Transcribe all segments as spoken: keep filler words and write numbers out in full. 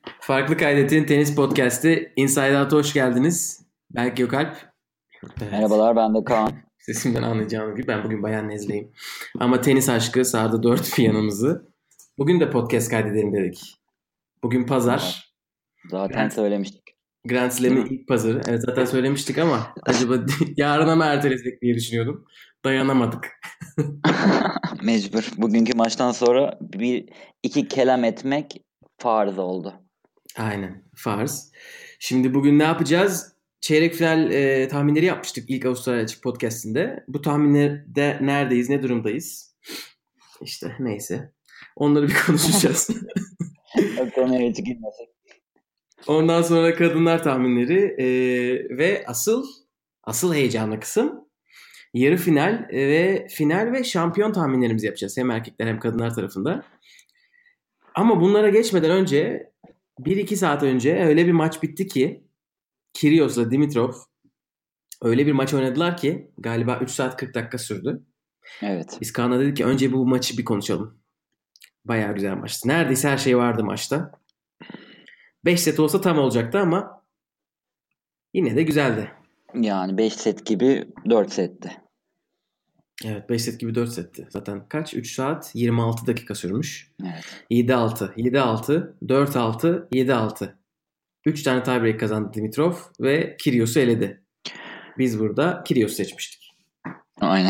Farklı Kaydet'in tenis podcast'i Inside Out'a hoş geldiniz. Berk Gökalp. Evet. Merhabalar, ben de Kaan. Sesimden anlayacağınız gibi ben bugün bayağı nezleyim. Ama tenis aşkı sardı dört bir yanımızı. Bugün de podcast kaydedelim dedik. Bugün pazar. Zaten Grand, söylemiştik. Grand Slam'in ilk pazarı. Evet zaten söylemiştik ama acaba yarına mı ertelesek diye düşünüyordum. Dayanamadık. Mecbur. Bugünkü maçtan sonra bir iki kelam etmek farz oldu. Aynen. Farz. Şimdi bugün ne yapacağız? Çeyrek final e, tahminleri yapmıştık ilk Avustralya Açık Podcast'inde. Bu tahminlerde neredeyiz, ne durumdayız? İşte neyse. Onları bir konuşacağız. O konuya hiç girmesek. Ondan sonra kadınlar tahminleri e, ve asıl asıl heyecanlı kısım yarı final ve final ve şampiyon tahminlerimizi yapacağız. Hem erkekler hem kadınlar tarafında. Ama bunlara geçmeden önce bir iki saat önce öyle bir maç bitti ki Kyrgios'la Dimitrov öyle bir maç oynadılar ki galiba üç saat kırk dakika sürdü. Evet. Biz Kaan'a dedik ki önce bu maçı bir konuşalım. Bayağı güzel maçtı. Neredeyse her şey vardı maçta. beş set olsa tam olacaktı ama yine de güzeldi. Yani beş set gibi dört setti. Evet beş set gibi dört setti. Zaten kaç? üç saat yirmi altı dakika sürmüş. Evet. yedi altı, yedi altı, dört altı, yedi altı. üç tane tiebreak kazandı Dimitrov ve Kyrgios'u eledi. Biz burada Kyrgios'u seçmiştik. Aynen.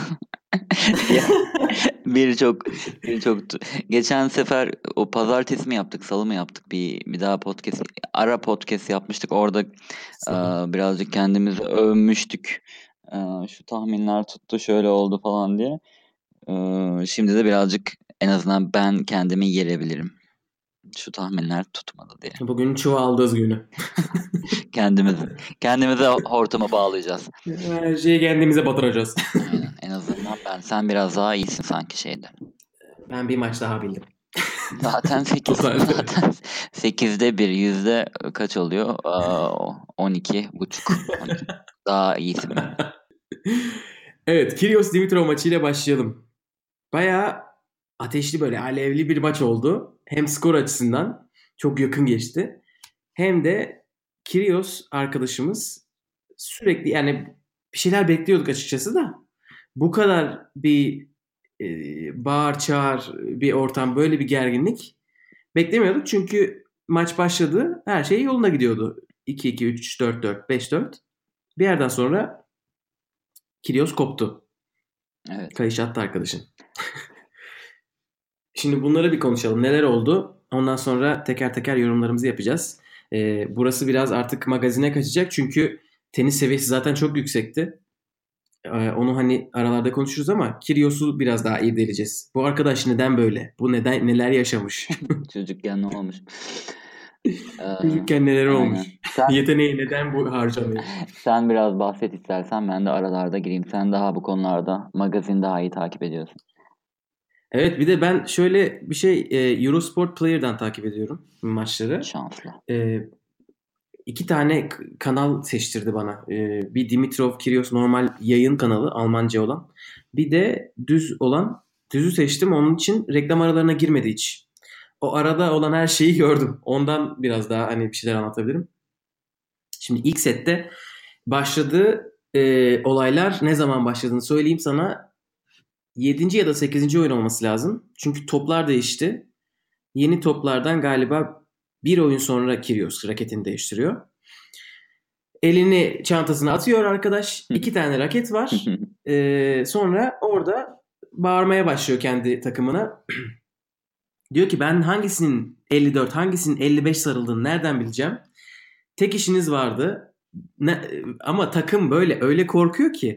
Birçok birçok geçen sefer o pazartesi mi yaptık, salı mı yaptık, bir bir daha podcast, ara podcast yapmıştık. Orada e, birazcık kendimizi övmüştük. E, şu tahminler tuttu, şöyle oldu falan diye. E, şimdi de birazcık en azından ben kendimi yerebilirim. Şu tahminler tutmadı diye. Bugün çuvaldız günü. Kendimizi kendimize hortuma bağlayacağız. Her şeyi kendimize batıracağız. Aynen. En azından ben. Sen biraz daha iyisin sanki şeyde. Ben bir maç daha bildim. Zaten sekiz. Zaten sekizde bir, yüzde kaç oluyor? on iki buçuk. Daha iyisin. Evet, Kyrgios Dimitrov maçıyla başlayalım. Bayağı ateşli böyle alevli bir maç oldu. Hem skor açısından çok yakın geçti. Hem de Kyrgios arkadaşımız sürekli yani bir şeyler bekliyorduk açıkçası da bu kadar bir e, bağır çağır bir ortam, böyle bir gerginlik beklemiyorduk. Çünkü maç başladı, her şey yoluna gidiyordu. iki iki, üç üç, dört dört, beş dört. Bir yerden sonra Kyrgios koptu. Evet. Kayış attı arkadaşın. Şimdi bunları bir konuşalım. Neler oldu? Ondan sonra teker teker yorumlarımızı yapacağız. Ee, burası biraz artık magazine kaçacak. Çünkü tenis seviyesi zaten çok yüksekti. Ee, onu hani aralarda konuşuruz ama Kyrgios'u biraz daha irdeleyeceğiz. Bu arkadaş neden böyle? Bu neden neler yaşamış? Çocukken ne olmuş? Çocukken neler olmuş? Sen, Yeteneği neden bu harcanıyor? sen biraz bahset istersen, ben de aralarda gireyim. Sen daha bu konularda magazin daha iyi takip ediyorsun. Evet, bir de ben şöyle bir şey e, Eurosport Player'dan takip ediyorum maçları. Şanslı. E, iki tane k- kanal seçtirdi bana. E, bir Dimitrov Kyrgios normal yayın kanalı, Almanca olan. Bir de düz olan. Düzü seçtim. Onun için reklam aralarına girmedi hiç. O arada olan her şeyi gördüm. Ondan biraz daha hani bir şeyler anlatabilirim. Şimdi ilk sette başladığı e, olaylar ne zaman başladığını söyleyeyim sana. Yedinci ya da sekizinci oyun olması lazım. Çünkü toplar değişti. Yeni toplardan galiba bir oyun sonra Kyrgios raketini değiştiriyor. Elini çantasına atıyor arkadaş. İki tane raket var. Ee, sonra orada bağırmaya başlıyor kendi takımına. Diyor ki ben hangisinin elli dört, hangisinin elli beş sarıldığını nereden bileceğim? Tek işiniz vardı. Ne, ama takım böyle öyle korkuyor ki.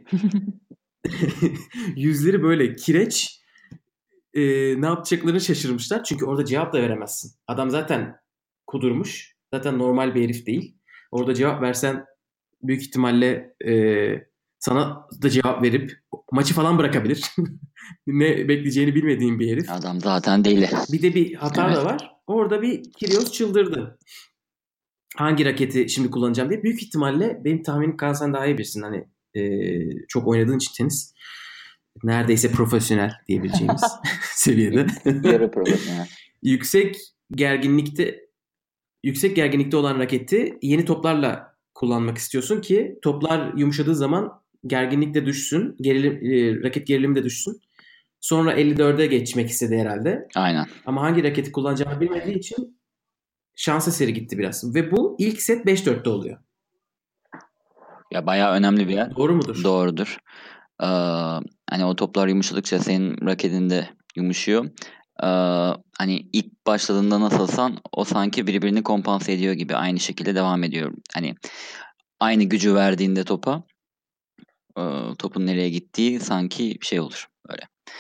Yüzleri böyle kireç. Ee, ne yapacaklarını şaşırmışlar. Çünkü orada cevap da veremezsin. Adam zaten kudurmuş. Zaten normal bir herif değil. Orada cevap versen büyük ihtimalle e, sana da cevap verip maçı falan bırakabilir. Ne bekleyeceğini bilmediğin bir herif. Adam zaten deli. Bir de bir hata Evet. da var. Orada bir Kyrgios çıldırdı. Hangi raketi şimdi kullanacağım diye. Büyük ihtimalle benim tahminim, Kaan sen daha iyi bilirsin. Hani e, çok oynadığın için tenis. Neredeyse profesyonel diyebileceğimiz seviyede. Yarı profesyonel. Yüksek gerginlikte yüksek gerginlikte olan raketi yeni toplarla kullanmak istiyorsun ki toplar yumuşadığı zaman gerginlik de düşsün, gerilim, e, raket gerilimi de düşsün. Sonra elli dörde geçmek istedi herhalde. Aynen. Ama hangi raketi kullanacağını bilmediği için şans eseri gitti biraz. Ve bu ilk set beş dörtte oluyor. Ya bayağı önemli bir yer. Doğru mudur? Doğrudur. Ee, Hani o toplar yumuşadıkça senin raketin de yumuşuyor. Ee, Hani ilk başladığında nasılsan o sanki birbirini kompanse ediyor gibi aynı şekilde devam ediyor. Hani aynı gücü verdiğinde topa e, topun nereye gittiği sanki bir şey olur böyle.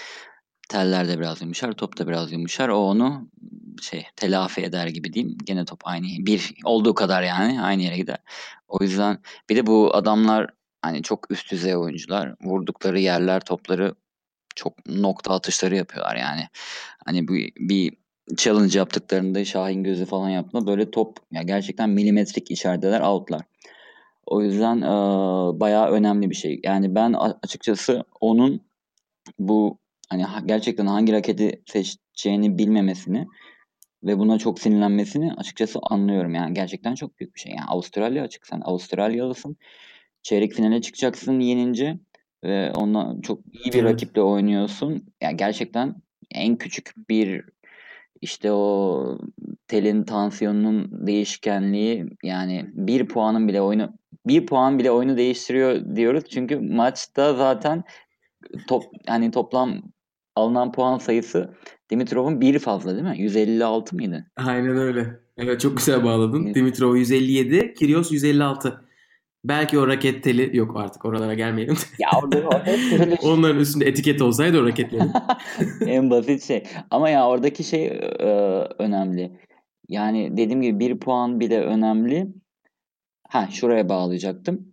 Teller de biraz yumuşar, top da biraz yumuşar. O onu şey telafi eder gibi diyeyim. Gene top aynı bir olduğu kadar yani aynı yere gider. O yüzden bir de bu adamlar hani çok üst düzey oyuncular. Vurdukları yerler topları çok nokta atışları yapıyorlar yani. Hani bu bir challenge yaptıklarında Şahin Gözü falan yaptığında böyle top ya gerçekten milimetrik içerideler outlar. O yüzden e, bayağı önemli bir şey. Yani ben a- açıkçası onun bu hani ha- gerçekten hangi raketi seçeceğini bilmemesini ve buna çok sinirlenmesini açıkçası anlıyorum. Yani gerçekten çok büyük bir şey. Yani Avustralya açık sen Avustralyalısın. Çeyrek finale çıkacaksın yenince ve onunla çok iyi bir Evet. rakiple oynuyorsun. Yani gerçekten en küçük bir işte o telin tansiyonunun değişkenliği yani bir puanın bile oyunu bir puan bile oyunu değiştiriyor diyoruz. Çünkü maçta zaten top yani toplam alınan puan sayısı Dimitrov'un bir fazla değil mi? yüz elli altı mıydı? Aynen öyle. Evet, çok güzel bağladın. Dimitrov yüz elli yedi, Kyrgios yüz elli altı. Belki o raket teli yok, artık oralara gelmeyelim. Ya orada o hep böyle Onların üstünde etiket olsaydı o raketlerin. en basit şey. Ama ya oradaki şey e, önemli. Yani dediğim gibi bir puan bile önemli. Ha şuraya bağlayacaktım.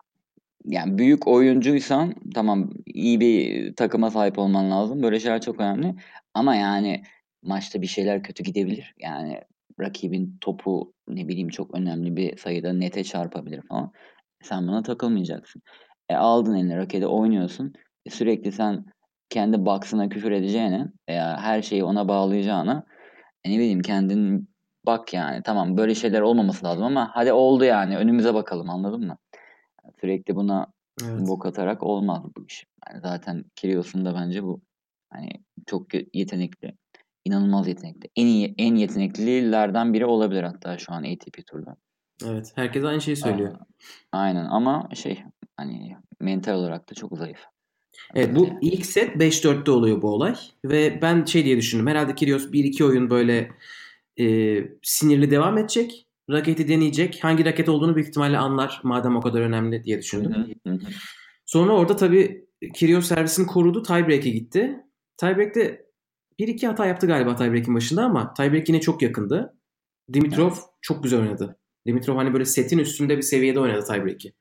Yani büyük oyuncuysan tamam iyi bir takıma sahip olman lazım. Böyle şeyler çok önemli. Ama yani maçta bir şeyler kötü gidebilir. Yani rakibin topu ne bileyim çok önemli bir sayıda nete çarpabilir falan. Sen buna takılmayacaksın. E aldın eline raketi oynuyorsun. E, sürekli sen kendi box'ına küfür edeceğine veya her şeyi ona bağlayacağına e, ne bileyim kendin bak yani tamam böyle şeyler olmaması lazım ama hadi oldu yani önümüze bakalım anladın mı? Sürekli buna Evet. bok atarak olmaz bu iş. Yani zaten Kyrgios'un da bence bu hani çok yetenekli. İnanılmaz yetenekli. En iyi en yeteneklilerden biri olabilir hatta şu an A T P turda. Evet. Herkes aynı şeyi Aa, söylüyor. aynen ama şey hani mental olarak da çok zayıf. Evet, Öyle bu yani. ilk set beş dörtte oluyor bu olay. Ve ben şey diye düşündüm. Herhalde Kyrgios bir iki oyun böyle e, sinirli devam edecek. Raketi deneyecek. Hangi raket olduğunu büyük ihtimalle anlar. Madem o kadar önemli diye Hı düşündüm. hı, hı hı. Sonra orada tabii Kyrgios servisini korudu. Tiebreak'e gitti. Tiebreak'te bir iki hata yaptı galiba tiebreak'in başında ama tiebreak yine çok yakındı. Dimitrov Evet. çok güzel oynadı. Dimitrov hani böyle setin üstünde bir seviyede oynadı tiebreak'i.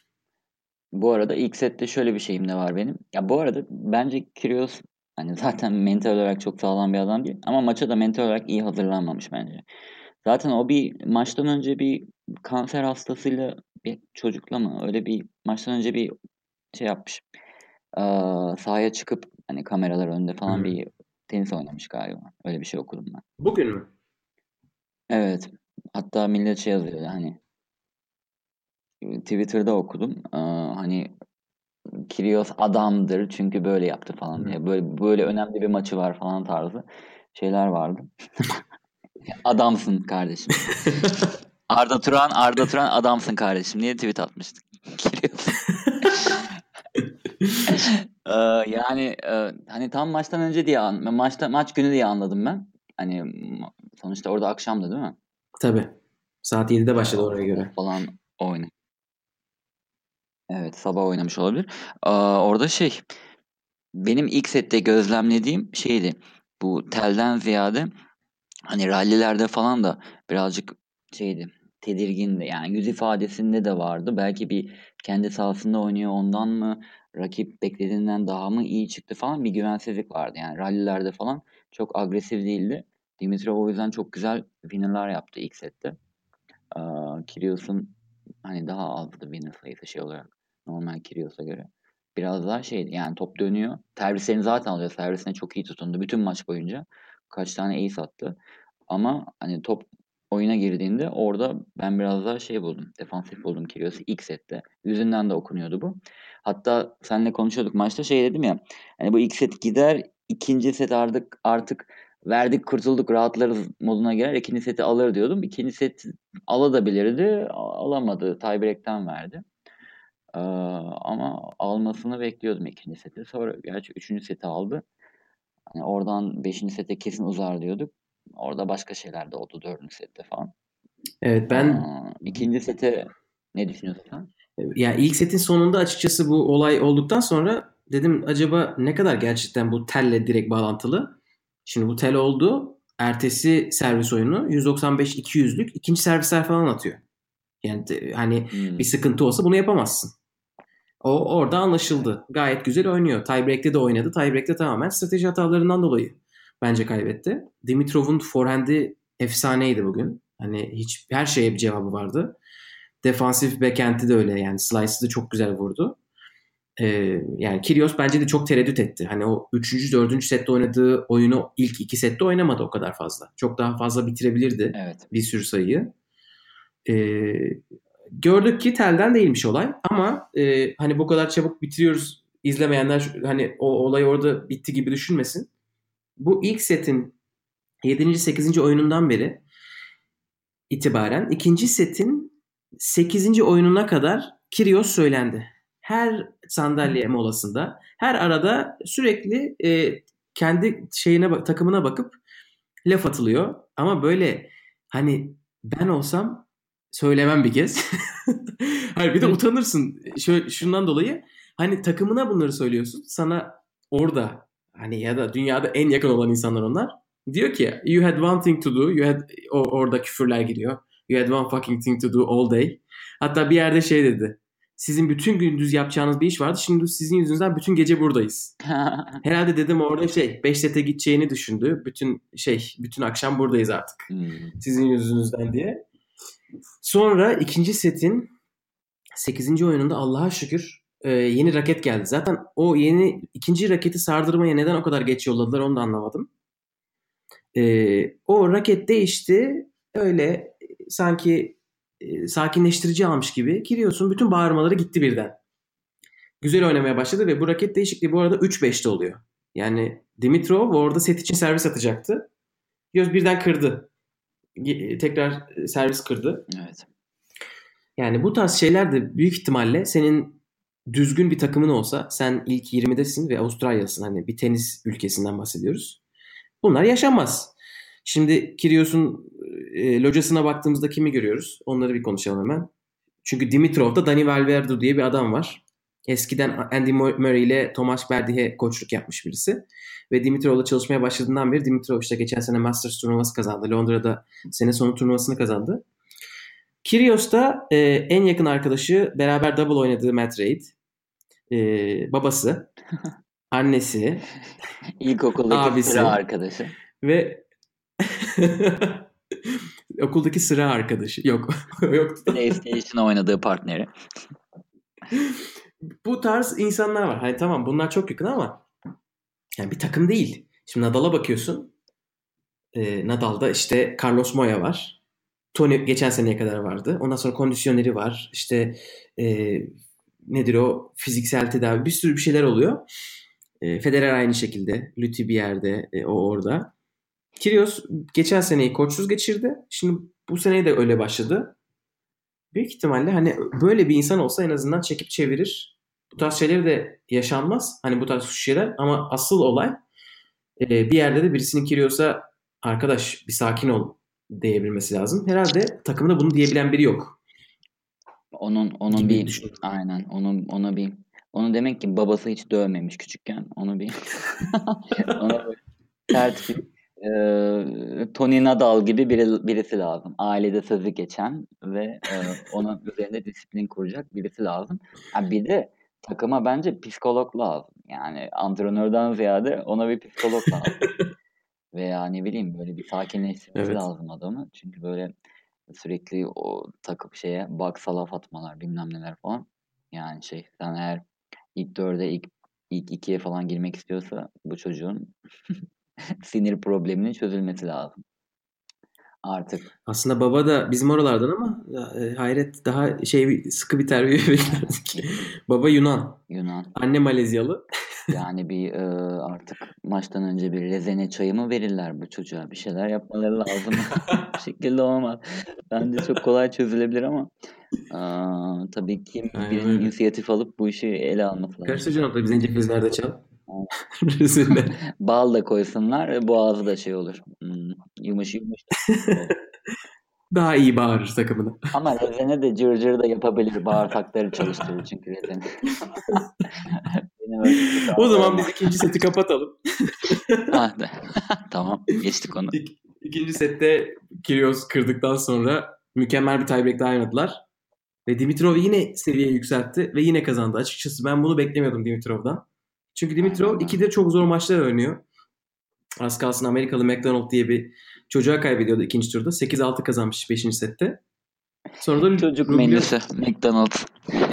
Bu arada ilk sette şöyle bir şeyim de var benim. Ya bu arada bence Kyrgios hani zaten mental olarak çok sağlam bir adam değil ama maça da mental olarak iyi hazırlanmamış bence. Zaten o bir maçtan önce bir kanser hastasıyla bir çocukla mı öyle bir maçtan önce bir şey yapmış. Ee, Sahaya çıkıp hani kameralar önünde Hı falan hı. bir tenis oynamış galiba. Öyle bir şey okudum ben. Bugün mü? Evet. Hatta millet şey yazıyor hani Twitter'da okudum. Ee, hani Kyrgios adamdır çünkü böyle yaptı Hı falan hı. diye. Böyle böyle önemli bir maçı var falan tarzı şeyler vardı. Adamsın kardeşim. Arda Turan, Arda Turan adamsın kardeşim diye tweet atmıştık. Kyrgios. Ee, Yani e, hani tam maçtan önce diye an, maçta maç günü diye anladım ben. Hani m- sonuçta orada akşamdı değil mi? Tabii. Saat yedide Ee, başladı o, oraya o göre. falan oyna. Evet sabah oynamış olabilir. Aa, orada şey benim ilk sette gözlemlediğim şeydi. Bu telden ziyade hani rallilerde falan da birazcık şeydi tedirgindi. Yani yüz ifadesinde de vardı. Belki bir kendi sahasında oynuyor ondan mı rakip beklediğinden daha mı iyi çıktı falan bir güvensizlik vardı. Yani rallilerde falan çok agresif değildi. Dimitrov o yüzden çok güzel winner'lar yaptı ilk sette. Aa, Kyrgios'un hani daha azdı winner sayısı şey olarak normal Kyrgios'a göre. Biraz daha şey yani top dönüyor. Servislerini zaten alıyor. Servisine çok iyi tutundu bütün maç boyunca. Kaç tane ace attı. Ama hani top oyuna girdiğinde orada ben biraz daha şey buldum. Defansif buldum Kyrgios'u ilk sette. Yüzünden de okunuyordu bu. Hatta seninle konuşuyorduk maçta şey dedim ya. Hani bu ilk set gider, ikinci set artık artık verdik kurtulduk rahatlarız moduna girer. İkinci seti alır diyordum. İkinci set alabilirdi. Alamadı. Tiebreak'ten verdi. Ee, ama almasını bekliyordum ikinci seti. Sonra gerçi üçüncü seti aldı. Hani oradan beşinci sete kesin uzar diyorduk. Orada başka şeyler de oldu dördüncü sette falan. Evet, ben Aa, ikinci sete ne düşünüyorsun sen? ya ilk setin sonunda açıkçası bu olay olduktan sonra dedim acaba ne kadar gerçekten bu telle direkt bağlantılı. Şimdi bu tel oldu. Ertesi servis oyunu yüz doksan beş iki yüzlük ikinci servisler falan atıyor. Yani de- hani bir Hmm, sıkıntı olsa bunu yapamazsın. O orada anlaşıldı. Gayet güzel oynuyor. Tiebreak'te de oynadı. Tiebreak'te tamamen strateji hatalarından dolayı bence kaybetti. Dimitrov'un forehand'i efsaneydi bugün. Hani hiç her şeye bir cevabı vardı. Defansif backhand'i de öyle yani. Slice'ı da çok güzel vurdu. Ee, yani Kyrgios bence de çok tereddüt etti. Hani o üçüncü dördüncü sette oynadığı oyunu ilk iki sette oynamadı o kadar fazla. Çok daha fazla bitirebilirdi evet. bir sürü sayıyı. Ee, gördük ki telden değilmiş olay ama e, hani bu kadar çabuk bitiriyoruz izlemeyenler hani o olay orada bitti gibi düşünmesin. Bu ilk setin yedinci sekizinci oyunundan beri itibaren ikinci setin sekizinci oyununa kadar Kyrgios söylendi. Her sandalye molasında, her arada sürekli e, kendi şeyine takımına bakıp laf atılıyor. Ama böyle hani ben olsam söylemem bir kez. Hayır bir de utanırsın. Şöyle, şundan dolayı hani takımına bunları söylüyorsun. Sana orada hani ya da dünyada en yakın olan insanlar onlar. Diyor ki you had one thing to do. You had o, orada küfürler giriyor. You had one fucking thing to do all day. Hatta bir yerde şey dedi. Sizin bütün gündüz yapacağınız bir iş vardı. Şimdi sizin yüzünüzden bütün gece buradayız. Herhalde dedim orada şey beş sete gideceğini düşündü. Bütün şey bütün akşam buradayız artık. Hmm. Sizin yüzünüzden diye. Sonra ikinci setin sekizinci oyununda Allah'a şükür e, yeni raket geldi. Zaten o yeni ikinci raketi sardırmaya neden o kadar geç yolladılar onu da anlamadım. E, o raket değişti. Öyle sanki e, sakinleştirici almış gibi giriyorsun. Bütün bağırmaları gitti birden. Güzel oynamaya başladı ve bu raket değişikliği bu arada üç beşte oluyor. Yani Dimitrov orada set için servis atacaktı. Göz birden kırdı. Tekrar servis kırdı. Evet. Yani bu tarz şeyler de büyük ihtimalle senin düzgün bir takımın olsa sen ilk yirmidesin ve Avustralya'sın. Hani bir tenis ülkesinden bahsediyoruz. Bunlar yaşanmaz. Şimdi Kyrgios'un e, locasına baktığımızda kimi görüyoruz? Onları bir konuşalım hemen. Çünkü Dimitrov'da Dani Valverde diye bir adam var. Eskiden Andy Murray ile Tomas Berdih'e koçluk yapmış birisi. Ve Dimitrov'la çalışmaya başladığından beri Dimitrov işte geçen sene Masters turnuvası kazandı. Londra'da sene sonu turnuvasını kazandı. Kyrgios da e, en yakın arkadaşı beraber double oynadığı Matt Reid. E, babası, annesi, İlkokuldaki sıra abisi arkadaşı. ve okuldaki sıra arkadaşı. Yok. Yoktu. PlayStation oynadığı partneri. Bu tarz insanlar var. Hani tamam bunlar çok yakın ama yani bir takım değil. Şimdi Nadal'a bakıyorsun. E, Nadal'da işte Carlos Moya var. Tony geçen seneye kadar vardı. Ondan sonra kondisyoneri var. İşte e, nedir o? Fiziksel tedavi. Bir sürü bir şeyler oluyor. E, Federer aynı şekilde. Lüti bir yerde. E, o orada. Kyrgios geçen seneyi koçsuz geçirdi. Şimdi bu seneyi de öyle başladı. Büyük ihtimalle hani böyle bir insan olsa en azından çekip çevirir. Bu tarz şeyleri de yaşanmaz. Hani bu tarz şeyler ama asıl olay e, bir yerde de birisinin Kyrgios'a arkadaş bir sakin ol diyebilmesi lazım. Herhalde takımda bunu diyebilen biri yok Onun onun gibi bir düşünüyorum. aynen onun ona bir onu demek ki babası hiç dövmemiş küçükken. Onu bir ona böyle sert bir e, Tony Nadal gibi biri, birisi lazım. Ailede sözü geçen ve e, onun üzerinde disiplin kuracak birisi lazım. Ha, bir de takıma bence psikolog lazım. Yani antrenörden ziyade ona bir psikolog lazım. Veya ne bileyim böyle bir sakinleştirmesi Evet. lazım adamı. Çünkü böyle sürekli o takıp şeye baksa laf atmalar bilmem neler falan. Yani şey sen eğer ilk dörde ilk, ilk ikiye falan girmek istiyorsa bu çocuğun sinir probleminin çözülmesi lazım. Artık. Aslında baba da bizim oralardan ama e, hayret daha şey sıkı bir terbiye beklerdik. Baba Yunan. Yunan. Anne Malezyalı. Yani bir e, artık maçtan önce bir rezene çayı mı verirler bu çocuğa? Bir şeyler yapmaları lazım. Bu şekilde olmaz. Bence çok kolay çözülebilir ama aa, tabii ki Aynen birinin öyle. inisiyatif alıp bu işi ele alması Kaç lazım. çocuğun oldu? Biz zencefillerde çal. Rezilde. Bal da koysunlar, boğazı da şey olur. Hmm, yumuş yumuş olur. Daha iyi bağırır takımına. Ama rezene de cırcır da yapabilir. Bağırsakları çalıştırır çünkü rezene. Benim öyle kötü O zaman anılarım biz var. ikinci seti kapatalım. Ah, de- Tamam, geçtik onu. İk, ikinci sette Kyrgios kırdıktan sonra mükemmel bir tiebreak daha oynadılar. Ve Dimitrov yine seviye yükseltti ve yine kazandı. Açıkçası ben bunu beklemiyordum Dimitrov'dan. Çünkü Aynen Dimitrov ben. ikide çok zor maçlar oynuyor. Az kalsın Amerikalı McDonald diye bir çocuğa kaybediyordu ikinci turda. sekiz altı kazanmış beşinci sette. Sonra da Çocuk Rublev... menüsü McDonald's.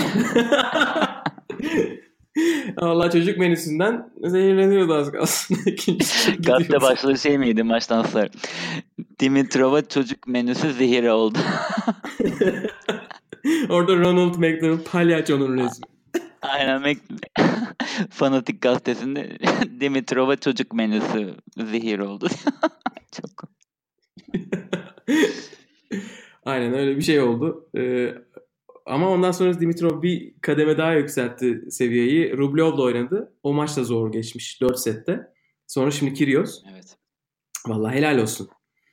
Allah çocuk menüsünden zehirleniyordu az kalsın. İkinci tura Gazete gidiyordu. başlığı şey miydi maçtan sonra? Dimitrov'a çocuk menüsü zehir oldu. Orada Ronald McDonald palyaçonun resmi. Aynen. Mac- Fanatik gazetesinde Dimitrov'a çocuk menüsü zehir oldu. Çok. Aynen öyle bir şey oldu. Ee, ama ondan sonra Dimitrov bir kademe daha yükseltti seviyeyi. Rublev'la oynadı. O maç da zor geçmiş dört sette. Sonra şimdi Kyrgios. Evet. Vallahi helal olsun.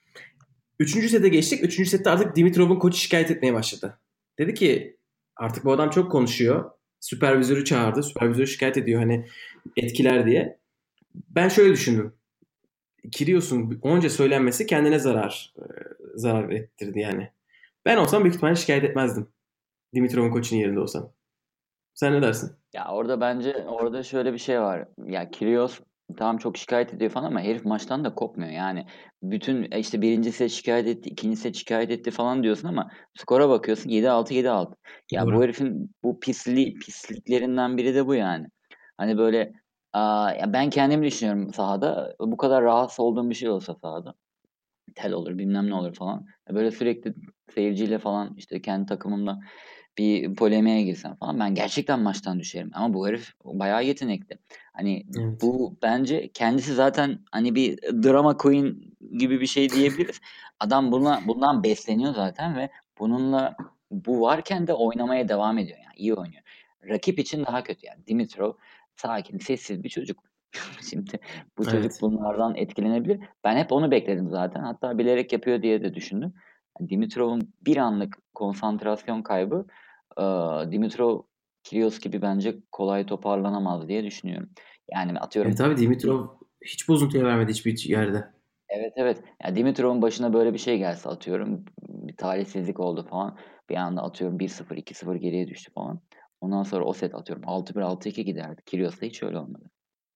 Üçüncü sete geçtik. Üçüncü sette artık Dimitrov'un koçu şikayet etmeye başladı. Dedi ki artık bu adam çok konuşuyor. Süpervizörü çağırdı. Süpervizörü şikayet ediyor hani etkiler diye. Ben şöyle düşündüm. Kyrgios'un onca söylenmesi kendine zarar e, zarar ettirdi yani. Ben olsam büyük ihtimalle şikayet etmezdim. Dimitrov'un koçunun yerinde olsam. Sen ne dersin? Ya orada bence orada şöyle bir şey var. Ya Kyrgios tamam çok şikayet ediyor falan ama herif maçtan da kopmuyor. Yani bütün e, işte birinci set şikayet etti, ikinci set şikayet etti falan diyorsun ama skora bakıyorsun yedi altı yedi altı. Ya bu Doğru. herifin bu pisli pisliklerinden biri de bu yani. Hani böyle aa, ya ben kendimi düşünüyorum sahada. Bu kadar rahatsız olduğum bir şey olsa sahada. Tel olur bilmem ne olur falan. Böyle sürekli seyirciyle falan işte kendi takımımla bir polemiğe girsem falan ben gerçekten maçtan düşerim. Ama bu herif bayağı yetenekli. Hani Evet. bu bence kendisi zaten hani bir drama queen gibi bir şey diyebiliriz. Adam buna, bundan besleniyor zaten ve bununla bu varken de oynamaya devam ediyor. Yani iyi oynuyor. Rakip için daha kötü yani. Dimitrov sakin, sessiz bir çocuk. Şimdi bu çocuk Evet. bunlardan etkilenebilir. Ben hep onu bekledim zaten. Hatta bilerek yapıyor diye de düşündüm. Yani Dimitrov'un bir anlık konsantrasyon kaybı e, Dimitrov Kyrgios gibi bence kolay toparlanamaz diye düşünüyorum. Yani Evet atıyorum abi Dimitrov hiç bozuntuya vermedi hiçbir yerde. evet evet. Ya Dimitrov'un başına böyle bir şey gelse atıyorum bir talihsizlik oldu falan. Bir anda atıyorum bir sıfır iki sıfır geriye düştü falan. Ondan sonra o set atıyorum altı bir altı iki giderdi. Kyrgios'ta hiç öyle olmadı.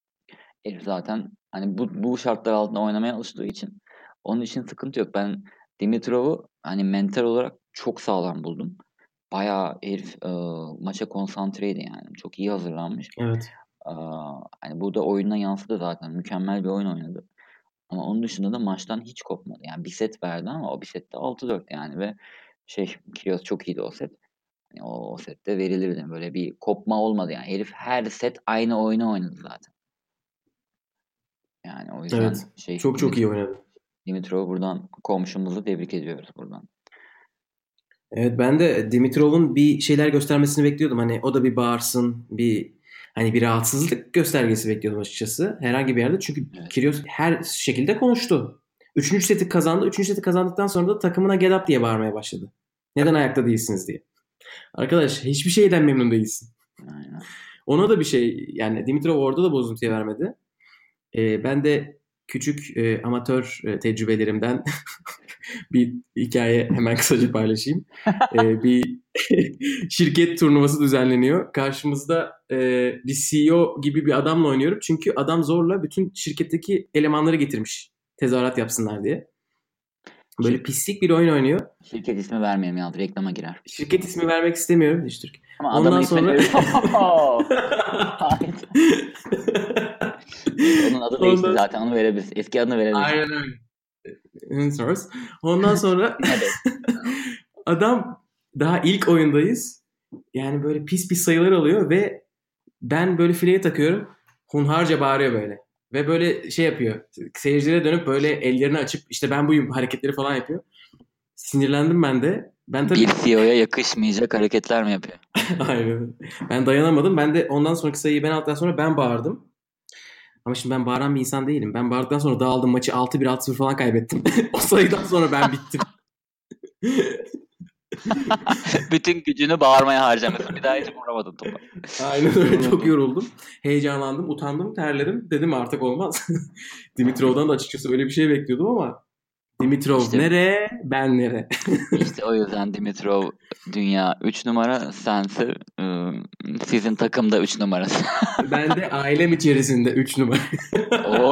Herif zaten hani bu, bu şartlar altında oynamaya alıştığı için onun için sıkıntı yok. Ben Dimitrov'u hani mental olarak çok sağlam buldum. Bayağı herif e, maça konsantreydi yani. Çok iyi hazırlanmış. Evet. E, Hani bu da oyuna yansıdı zaten. Mükemmel bir oyun oynadı. Ama onun dışında da maçtan hiç kopmadı. Yani bir set verdi ama o bir sette altı dört yani ve şey Kyrgios çok iyiydi o set. Hani o, o sette verilirdi. Böyle bir kopma olmadı yani. Herif her set aynı oyunu oynadı zaten. Yani o yüzden Evet. şey Çok çok Dimit iyi oynadı. Dimitrov'u buradan komşumuzu tebrik ediyoruz buradan. Evet ben de Dimitrov'un bir şeyler göstermesini bekliyordum. Hani o da bir bağırsın, bir hani bir rahatsızlık göstergesi bekliyordum açıkçası. Herhangi bir yerde. Çünkü Evet. Kyrgios her şekilde konuştu. Üçüncü seti kazandı. Üçüncü seti kazandıktan sonra da takımına get up diye bağırmaya başladı. Neden ayakta değilsiniz diye. Arkadaş hiçbir şeyden memnun değilsin. Aynen. Ona da bir şey yani Dimitrov orada da bozuntuya vermedi. Ee, ben de küçük e, amatör e, tecrübelerimden bir hikaye hemen kısaca paylaşayım. Ee, bir şirket turnuvası düzenleniyor. Karşımızda e, bir C E O gibi bir adamla oynuyorum. Çünkü adam zorla bütün şirketteki elemanları getirmiş. Tezahürat yapsınlar diye. Şir Böyle pislik bir oyun oynuyor. şirket ismi vermeyelim ya reklama girer. Şirket ismi vermek istemiyorum Dijitürk. Ama adamın Ondan ismini sonra verir. Hayır. Neyse onun adı değişti ondan zaten onu verebiliriz. Eski adını verebiliriz. aynen öyle. Ondan sonra Evet. adam daha ilk oyundayız. Yani böyle pis pis sayılar alıyor ve ben böyle fileye takıyorum. Hunharca bağırıyor böyle. Ve böyle şey yapıyor. Seyircilere dönüp böyle ellerini açıp işte ben buyum hareketleri falan yapıyor. Sinirlendim ben de. Ben Bir tabii C E O'ya yakışmayacak hareketler mi yapıyor? aynen. Ben dayanamadım. Ben de ondan sonraki sayıyı ben aldıktan sonra ben bağırdım. Ama şimdi ben bağıran bir insan değilim. Ben bağırdıktan sonra dağıldım. Maçı altı bir altı sıfır falan kaybettim. O sayıdan sonra ben bittim. Bütün gücünü bağırmaya harcamışsın. Bir daha hiç vuramadın topa. Aynen öyle. Çok Yorulmadın. yoruldum. Heyecanlandım, utandım, terledim. Dedim artık olmaz. Dimitrov'dan da açıkçası öyle bir şey bekliyordum ama Dimitrov İşte nere, ben nere? işte o yüzden Dimitrov dünya üç numara, sense ıı, sizin takımda üç numarası. Ben de ailem içerisinde üç numara. O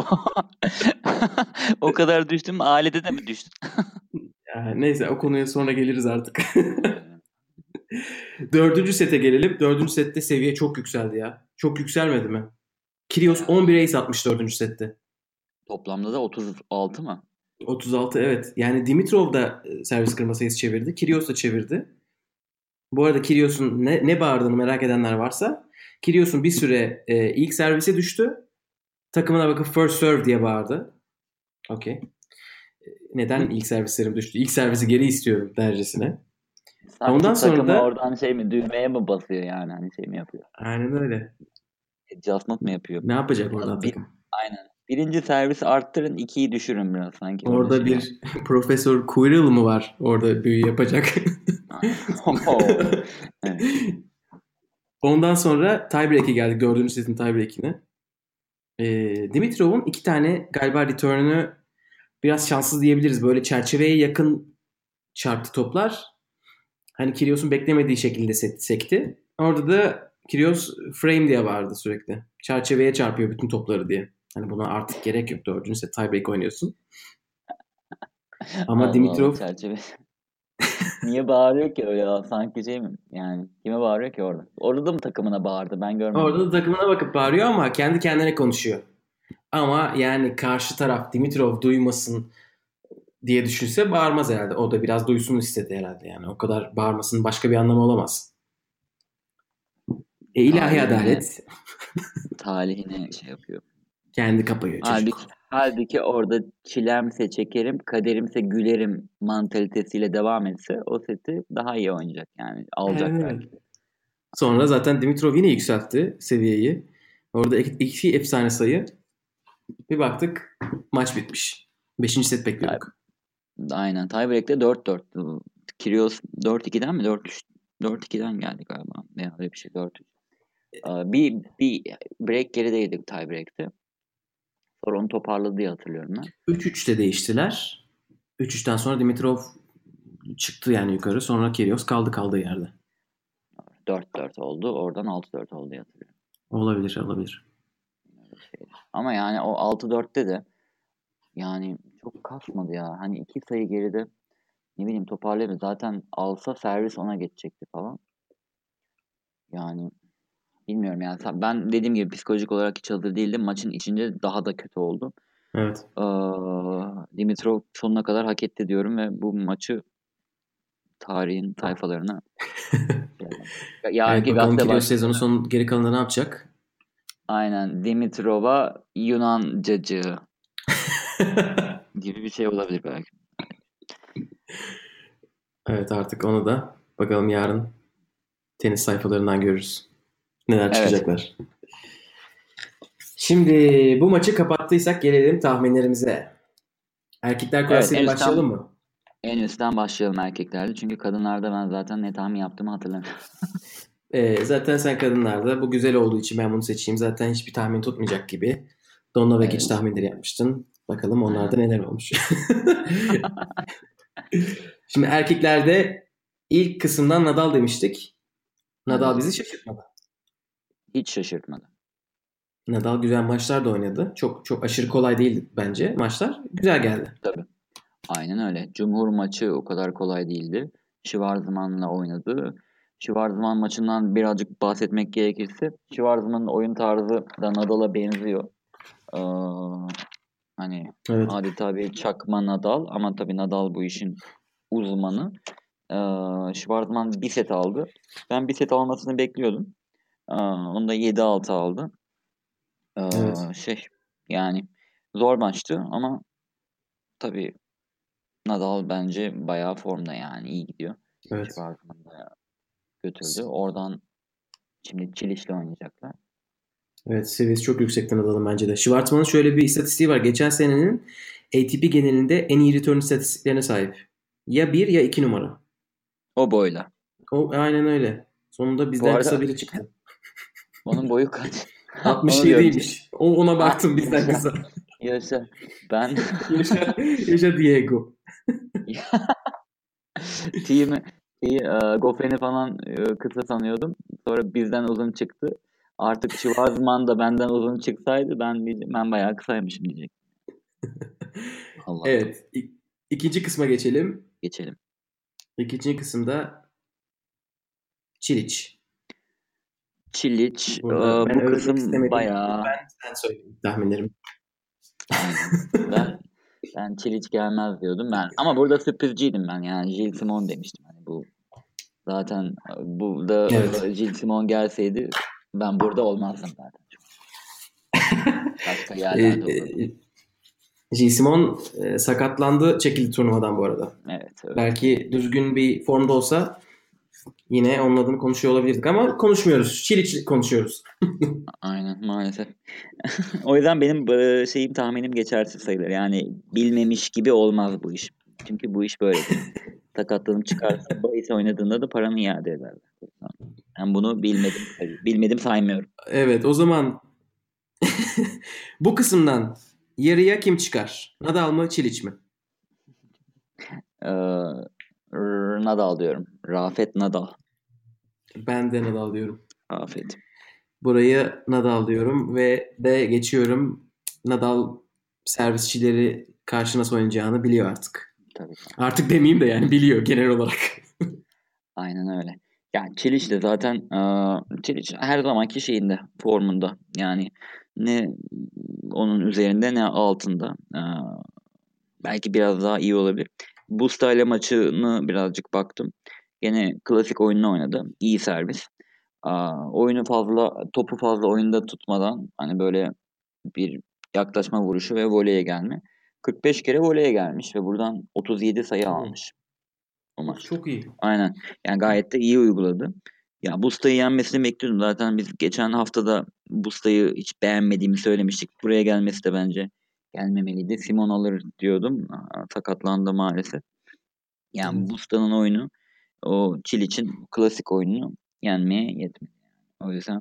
o kadar düştüm. Ailede de mi düştün? Ya, neyse o konuya sonra geliriz artık. Ee, Dördüncü sete gelelim. Dördüncü sette seviye çok yükseldi ya. Çok yükselmedi mi? Kyrgios Bayağı on bir iyi. ace atmış dördüncü sette. Toplamda da otuz altı mı? otuz altı evet. Yani Dimitrov da e, servis kırma sayısı çevirdi. Kyrgios da çevirdi. Bu arada Kyrgios'un ne, ne bağırdığını merak edenler varsa Kyrgios'un bir süre e, ilk servise düştü. Takımına bakıp first serve diye bağırdı. Okey. Neden ilk servislerim düştü? İlk servisi geri istiyorum dercesine. Ondan Sanki sonra takımı da oradan şey mi düğmeye mi basıyor yani hani şey mi yapıyor? aynen öyle. Adjustment mı yapıyor? Ne yapacak oradan Biraz bir takım? aynen. Birinci servisi arttırın, ikiyi düşürün biraz sanki öyle Orada şey var. bir Profesör Quirrell mı var? Orada büyü yapacak. Evet. Ondan sonra tiebreak'e geldik. Dördüncü setin tiebreak'ine. Ee, Dimitrov'un iki tane galiba return'ünü biraz şanssız diyebiliriz. Böyle çerçeveye yakın çarptı toplar. Hani Kyrgios'un beklemediği şekilde se- sekti. Orada da Kyrgios frame diye vardı sürekli. Çerçeveye çarpıyor bütün topları diye. Hani buna artık gerek yok. Dördüncü set tiebreak oynuyorsun. Ama Allah Allah Dimitrov çerçeve. Niye bağırıyor ki öyle ya? Sanki şey mi? Yani kime bağırıyor ki orada? Orada da mı takımına bağırdı? Ben görmedim orada da onu. takımına bakıp bağırıyor ama kendi kendine konuşuyor. Ama yani karşı taraf Dimitrov duymasın diye düşünse bağırmaz herhalde. O da biraz duysun istedi herhalde yani. O kadar bağırmasının başka bir anlamı olamaz. E ilahi Talihine adalet talihine şey yapıyor. kendi kapıyor Halbuki, çocuk. halbuki orada çilemse çekerim, kaderimse gülerim mantalitesiyle devam etse o seti daha iyi oynayacak yani alacak Evet. belki. Sonra zaten Dimitrov yine yükseltti seviyeyi. Orada iki, iki efsane sayı. Bir baktık maç bitmiş. Beşinci set Tay- bekliyorduk. Aynen. Tiebreak'te dört dört. Kyrgios dört ikiden mi? dört üç dört ikiden geldi galiba. Ne öyle bir şey dört üç. Aa, Bir, bir break gerideydik tiebreak'te. Sonra onu toparladı diye hatırlıyorum ben. üç üçte değiştiler. üç üçten sonra Dimitrov çıktı yani yukarı. Sonra Kyrgios kaldı kaldığı yerde. dört dört oldu. Oradan altı dört oldu diye hatırlıyorum. Olabilir, olabilir. Öyle şeydi. Ama yani o altı dörtte de yani çok kasmadı ya. Hani iki sayı geride ne bileyim toparlayamadı. Zaten alsa servis ona geçecekti falan. Yani bilmiyorum yani. Sa- Ben dediğim gibi psikolojik olarak hiç hazır değildim. Maçın içinde daha da kötü oldu. Evet. Aa, Dimitrov sonuna kadar hak etti diyorum ve bu maçı tarihin sayfalarına şey yapalım. Evet Yarınki bakalım gazete Kyrgios sezonun başlığında son geri kalanında ne yapacak? aynen Dimitrov'a Yunan cacığı gibi bir şey olabilir belki. Evet artık onu da bakalım yarın tenis sayfalarından görürüz. Neler Evet. çıkacaklar. Şimdi bu maçı kapattıysak gelelim tahminlerimize. Erkekler Evet en klasiğine üstten başlayalım mı? en üstten başlayalım erkeklerde. Çünkü kadınlarda ben zaten ne tahmin yaptığımı hatırlamıyorum. Ee, zaten sen kadınlarda bu güzel olduğu için ben bunu seçeyim. Zaten hiçbir tahmin tutmayacak gibi. Donla ve Giç Evet. tahminleri yapmıştın. Bakalım onlarda Aynen. neler olmuş. Şimdi erkeklerde ilk kısımdan Nadal demiştik. Nadal Nadal bizi dedik. şaşırtmadı. Hiç şaşırtmadı. Nadal güzel maçlar da oynadı. Çok çok aşırı kolay değildi bence maçlar. Güzel geldi. Tabii. Aynen öyle. Cumhur maçı o kadar kolay değildi. Schwarzman'la oynadı. Schwarzman maçından birazcık bahsetmek gerekirse Schwarzman'ın oyun tarzı da Nadal'a benziyor. Ee, Hani Evet. adeta bir çakma Nadal ama tabii Nadal bu işin uzmanı. Ee, Schwartzman bir set aldı. Ben bir set almasını bekliyordum. Ee, Onu da yedi altı aldı. Evet. Ee, şey yani zor maçtı ama tabii Nadal bence bayağı formda, yani iyi gidiyor. Evet. Schwartzman bayağı götürdü. Oradan şimdi Çiliş'le oynayacaklar. Evet. Seviyesi çok yüksekten alalım bence de. Schwartzman'ın şöyle bir istatistiği var. Geçen senenin A T P genelinde en iyi return istatistiklerine sahip. Ya bir ya iki numara. O boyla. O aynen öyle. Sonunda Bu bizden kısa arada biri çıktı. onun boyu kaç? Onu diyorum. altmış yediymiş. O ona Ha, baktım bizden yaşa. kısa. Yaşa. Ben Yaşa, yaşa Diego. T'yi T'yi, e, Goffen'i falan e, kısa sanıyordum. Sonra bizden uzun çıktı. Artık Schwarzman da benden uzun çıksaydı ben diyeceğim, ben bayağı kısaymışım diyecek. Allah'ım. Evet. İ- ikinci kısma geçelim. Geçelim. İkinci kısımda Çiliç. Çiliç, e, Burada ben bu övmek kısım istemedim. bayağı Ben sen söyle tahminlerim. aynen. Ben ben Çiliç gelmez diyordum ben. Ama burada sürprizciydim ben, yani Gilles Simon demiştim. Hani bu zaten e, burada Evet. e, Gilles Simon gelseydi ben burada olmazdım zaten. Başka E, yerlerde olurdum. e, Gilles Simon e, sakatlandı, çekildi turnuvadan bu arada. Evet, öyle. Belki düzgün bir formda olsa yine onun adını konuşuyor olabilirdik ama konuşmuyoruz. Çiliç konuşuyoruz. Aynen, maalesef. O yüzden benim e, şeyim tahminim geçersiz sayılır. Yani bilmemiş gibi olmaz bu iş. Çünkü bu iş böyledir. Sakatlanıp çıkarsa bahis oynadığında da paranı iade ederler. Ben bunu bilmedim sayı- bilmedim saymıyorum. Evet, o zaman bu kısımdan yarıya kim çıkar? Nadal mı, Çiliç mi? Ee, Nadal diyorum. Rafet Nadal. Ben de Nadal diyorum. Rafet. Burayı Nadal diyorum ve de geçiyorum. Nadal servisçileri karşı nasıl oynayacağını biliyor artık. Tabii. Artık demeyeyim de yani biliyor genel olarak. Aynen öyle. Yani Çiliç de zaten e, Çiliç her zamanki şeyinde, formunda. Yani ne onun üzerinde ne altında. E, belki biraz daha iyi olabilir. Busta ile maçını birazcık baktım. Gene klasik oyununu oynadı. İyi servis. Aa, oyunu fazla, topu fazla oyunda tutmadan hani böyle bir yaklaşma vuruşu ve voleye gelme. kırk beş kere voleye gelmiş ve buradan otuz yedi sayı Hmm. almış o Of, maçta. çok iyi. Aynen. Yani gayet de iyi uyguladı. Ya Busta'yı yenmesini bekliyordum. Zaten biz geçen haftada Busta'yı hiç beğenmediğimi söylemiştik. Buraya gelmesi de bence gelmemeliydi. Simon alır diyordum. Aa, sakatlandı maalesef. Yani Evet. Busta'nın oyunu o Çiliç'in klasik oyununu yenmeye yetmedi. O yüzden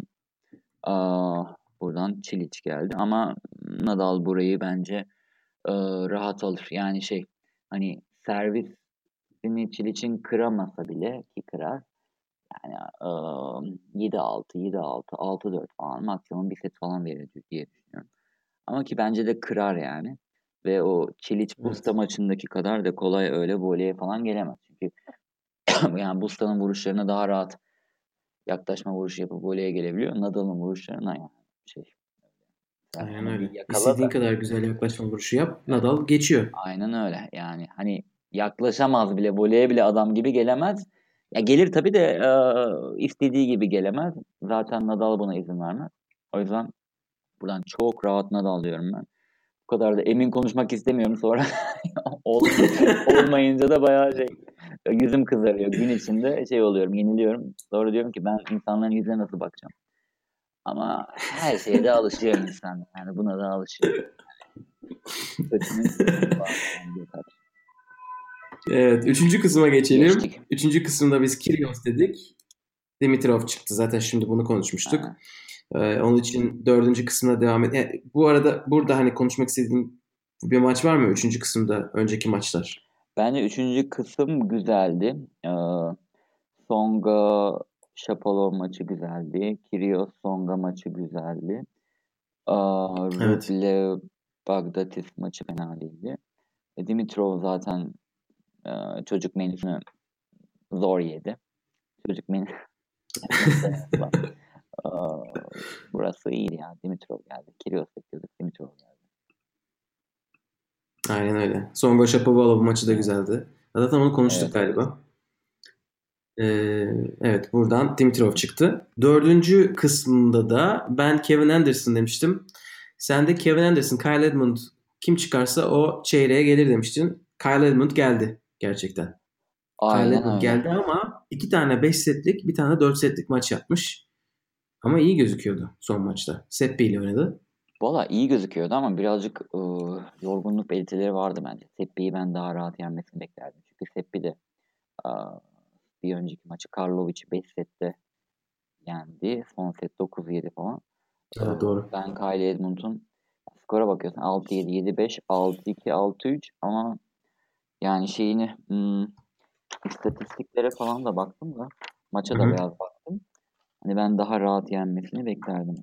aa, buradan Çiliç geldi. Ama Nadal burayı bence e, rahat alır. Yani şey, hani servisini Çiliç'in kıramasa bile, ki kırar. Yani eee yedi altı, yedi altı, altı dört falan maksimum bir set falan verir diye düşünüyorum. Ama ki bence de kırar yani. Ve o Çiliç Busta Evet. maçındaki kadar da kolay öyle voleye falan gelemez. Çünkü yani Busta'nın vuruşlarına daha rahat yaklaşma vuruşu yapıp voleye gelebiliyor. Nadal'ın vuruşlarına yani şey, sen Aynen onu bir öyle. yakala İstediğin da. kadar güzel yaklaşma vuruşu yap. Evet, Nadal geçiyor. aynen öyle. Yani hani yaklaşamaz bile, voleye bile adam gibi gelemez. Ya gelir tabii de e, istediği gibi gelemez. Zaten Nadal buna izin vermez. O yüzden buradan çok rahat Nadal diyorum ben. Bu kadar da emin konuşmak istemiyorum sonra. Ol- Olmayınca da bayağı şey, yüzüm kızarıyor. Gün içinde şey oluyorum, yeniliyorum. Sonra diyorum ki ben insanların yüzüne nasıl bakacağım? Ama her şeye de alışıyor insan. Yani buna da alışıyor. Kötünün iyisi bazen yeter. Evet. Üçüncü kısma geçelim. Geçtik. Üçüncü kısımda biz Kyrgios dedik. Dimitrov çıktı. Zaten şimdi bunu konuşmuştuk. Ha. Ee, onun için dördüncü kısmına devam et. Yani bu arada burada hani konuşmak istediğin bir maç var mı? Üçüncü kısımda önceki maçlar. Bence üçüncü kısım güzeldi. Ee, Songa Şapalov maçı güzeldi. Kyrgios Songa maçı güzeldi. Aa, Evet. Rublev Bagdatis maçı fena değildi. E, Dimitrov zaten e, çocuk menüsünü zor yedi. Çocuk menü neyse neyse. Aa, burası iyiydi yani. Dimitrov geldi. Kyrgios bekliyorduk. Dimitrov geldi. Aynen öyle. Songo Shapovalov maçı da güzeldi. Zaten onu konuştuk Evet, evet. galiba. Ee, evet, buradan Dimitrov çıktı. Dördüncü kısmında da ben Kevin Anderson demiştim. Sen de Kevin Anderson, Kyle Edmund kim çıkarsa o çeyreğe gelir demiştin. Kyle Edmund geldi gerçekten. Kyle Aynen Edmund öyle. geldi ama iki tane beş setlik bir tane dört setlik maç yapmış. Ama iyi gözüküyordu son maçta. Seppi ile oynadı. Valla iyi gözüküyordu ama birazcık ıı, yorgunluk belirtileri vardı bence. Seppi'yi ben daha rahat yenmesini beklerdim. Çünkü Seppi de aa, bir önceki maçı Karlovic'i beş sette yendi. Son set dokuz yedi falan. Evet, Iı, doğru. ben Kyle Edmund'un skora bakıyorsun altı yedi, yedi beş, altı iki, altı üç ama yani şeyini hmm, istatistiklere falan da baktım da Hı maça da hı. biraz baktım. Hani ben daha rahat yenmesini beklerdim.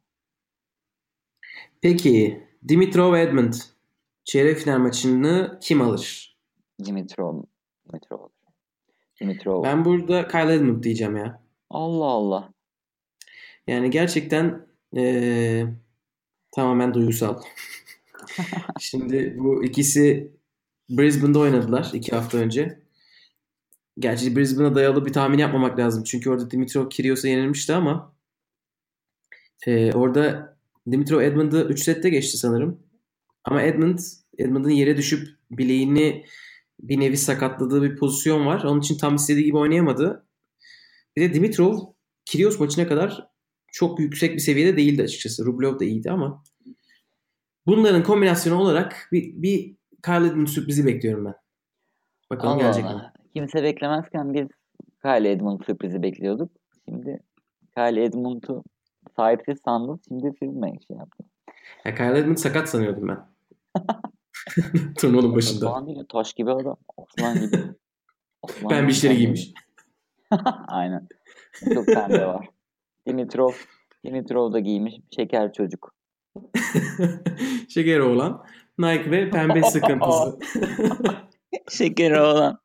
Peki Dimitrov Edmund çeyrek final maçını kim alır? Dimitrov, Dimitrov, Dimitrov. Ben burada Kyle Edmund diyeceğim ya. Allah Allah. Yani gerçekten eee, tamamen duygusal. Şimdi bu ikisi Brisbane'da oynadılar iki hafta önce. Gerçi Brisbane'a dayalı bir tahmin yapmamak lazım. Çünkü orada Dimitrov Kyrgios'a yenilmişti ama eee, orada Dimitrov Edmund'ı üç sette geçti sanırım. Ama Edmund, Edmund'un yere düşüp bileğini bir nevi sakatladığı bir pozisyon var. Onun için tam istediği gibi oynayamadı. Bir de Dimitrov Kyrgios maçına kadar çok yüksek bir seviyede değildi açıkçası. Rublev de iyiydi ama bunların kombinasyonu olarak bir, bir Kyle Edmund sürprizi bekliyorum ben. Bakalım Allah gelecek mi? Allah. Kimse beklemezken biz Kyle Edmund sürprizi bekliyorduk. Şimdi Kyle Edmund'u sahipsiz sandım. Şimdi siz mi şey yaptınız? Ya Kyle Edmund sakat sanıyordum ben. Turnuvanın Sakat başında. falan değil. Taş gibi adam. Aslan gibi. Aslan Pembe gibi işleri pembeli. giymiş. Aynen. Çok pembe var. Dimitrov. Dimitrov da giymiş. Şeker çocuk. Şeker oğlan. Nike ve pembe sıkıntısı. Şeker olan.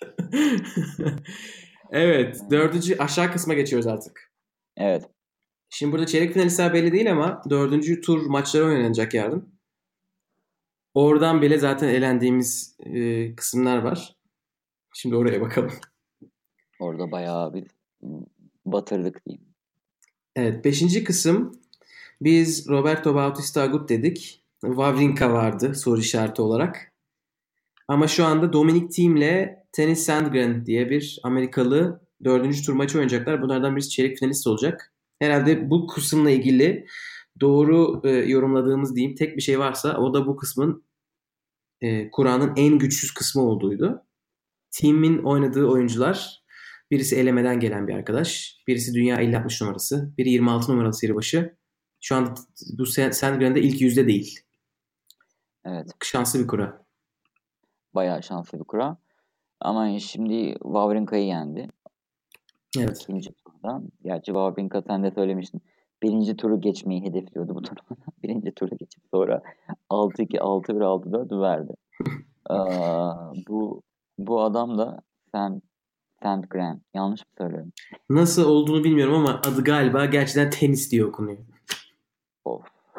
Evet. Dördüncü aşağı kısma geçiyoruz artık. Evet. Şimdi burada çeyrek finalistler belli değil ama dördüncü tur maçları oynanacak yarın. Oradan bile zaten elendiğimiz e, kısımlar var. Şimdi oraya bakalım. Orada bayağı bir batırdık diyeyim. Evet, beşinci kısım biz Roberto Bautista Agut dedik. Wawrinka vardı soru işareti olarak. Ama şu anda Dominic Thiem ile Tennis Sandgren diye bir Amerikalı dördüncü tur maçı oynayacaklar. Bunlardan birisi çeyrek finalist olacak. Herhalde bu kısımla ilgili doğru e, yorumladığımız diyeyim tek bir şey varsa o da bu kısmın e, Kur'an'ın en güçsüz kısmı olduğuydu. Team'in oynadığı oyuncular birisi elemeden gelen bir arkadaş. Birisi dünya elli altmış numarası. Biri yirmi altı numaralı seri başı. Şu anda bu Sandgren'de ilk yüzde değil. Evet. Şanslı bir kura. Bayağı şanslı bir kura. Ama şimdi Wawrinka'yı yendi. Evet. İkinci turda. Gerçi Wawrinka sen de söylemiştin. Birinci turu geçmeyi hedefliyordu bu turnuvada. Birinci turu geçip sonra altı iki, altı bir, altı dört verdi. Aa, bu bu adam da Sam Sandgren. Yanlış mı söylüyorum? Nasıl olduğunu bilmiyorum ama adı galiba gerçekten tenis diye okunuyor. Of.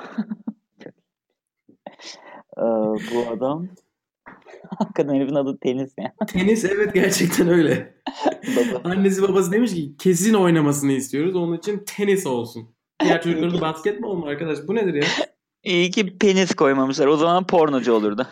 Aa, bu adam hakikaten herifin adı tenis ya. Tenis, evet, gerçekten öyle. Babası. Annesi babası demiş ki kesin oynamasını istiyoruz. Onun için tenis olsun. Diğer İyi çocukların da ki, basketbol mu arkadaş? Bu nedir ya? iyi ki penis koymamışlar. O zaman pornocu olurdu.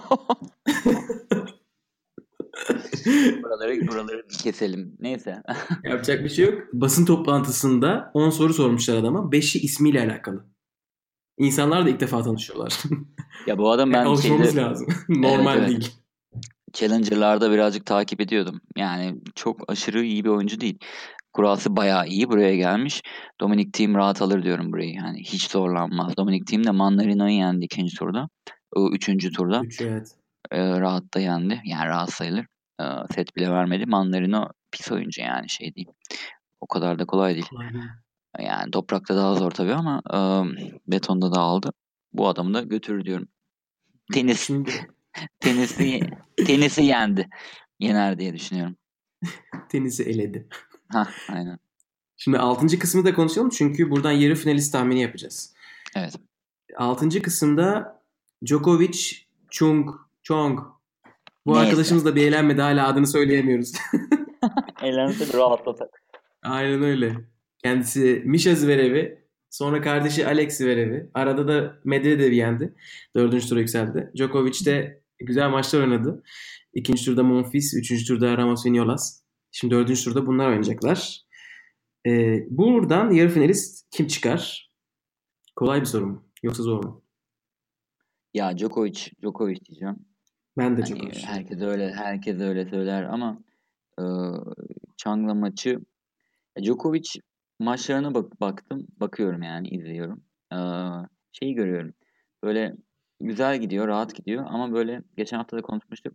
Buraları buraları keselim. Neyse. Yapacak bir şey yok. Basın toplantısında on soru sormuşlar adama. beşi ismiyle alakalı. İnsanlar da ilk defa tanışıyorlar. Ya bu adam Yani ben şeyde alışmamız lazım. evet Normal evet değil. Challenger'larda birazcık takip ediyordum. Yani çok aşırı iyi bir oyuncu değil. Kurası bayağı iyi buraya gelmiş. Dominic Thiem rahat alır diyorum burayı. Yani hiç zorlanmaz. Dominic Thiem de Mannarino'yu yendi ikinci turda. O üçüncü turda Üç, evet. e, rahat da yendi. Yani rahat sayılır. E, set bile vermedi. Mannarino pis oyuncu yani şey değil. O kadar da kolay değil. Kolay değil. Yani toprakta daha zor tabii ama e, betonda da aldı. Bu adamı da götürür diyorum. Tenis Şimdi tenisi tenisi yendi. Yener diye düşünüyorum. tenisi eledi. Ha, aynen. Şimdi altıncı kısmı da konuşalım çünkü buradan yarı finalist tahmini yapacağız. Evet. Altıncı kısımda Djokovic Chung, Chong. Bu Neyse. arkadaşımız da bir eğlenmedi. Hala adını söyleyemiyoruz. Eğlense de rahatlasak. Aynen öyle. Kendisi Misha Zverev'i, sonra kardeşi Alex Zverev'i. Arada da Medvedev'i yendi. Dördüncü tura yükseldi. Djokovic de güzel maçlar oynadı. İkinci turda Monfils, üçüncü turda Ramos Vinolas. Şimdi dördüncü turda bunlar oynayacaklar. Ee, buradan yarı finalist kim çıkar? Kolay bir soru mu? Yoksa zor mu? Ya Djokovic, Djokovic diyeceğim. Ben de Hani Djokovic. herkes öyle, herkes öyle söyler ama e, Çang'la maçı Djokovic maçlarına bak baktım, bakıyorum yani izliyorum. E, şeyi görüyorum. Böyle güzel gidiyor, rahat gidiyor ama böyle geçen hafta da konuşmuştuk.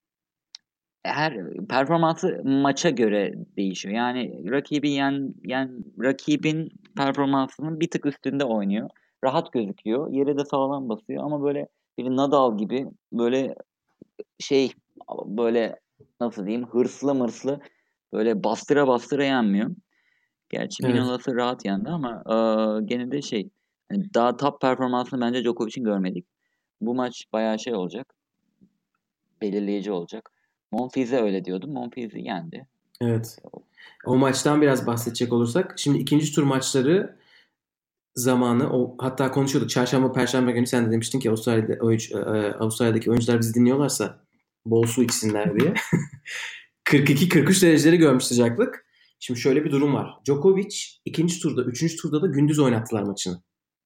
Her performansı maça göre değişiyor. Yani rakibi yen, yen rakibin performansının bir tık üstünde oynuyor. Rahat gözüküyor. Yere de sağlam basıyor ama böyle bir Nadal gibi böyle şey böyle nasıl diyeyim hırslı mırslı böyle bastıra bastıra yenmiyor. Gerçi Evet. Vinolası rahat yendi ama e, gene de şey hani daha top performansını bence Djokovic'in görmedik. Bu maç bayağı şey olacak. Belirleyici olacak. Monfils'e öyle diyordum. Monfils'i yendi. Evet. O maçtan biraz bahsedecek olursak. Şimdi ikinci tur maçları zamanı o hatta konuşuyorduk. Çarşamba, Perşembe günü sen de demiştin ki Avustralya'da, oyuncu, e, Avustralya'daki oyuncular bizi dinliyorlarsa bol su içsinler diye. kırk iki kırk üç dereceleri görmüş sıcaklık. Şimdi şöyle bir durum var. Djokovic ikinci turda, üçüncü turda da gündüz oynattılar maçını.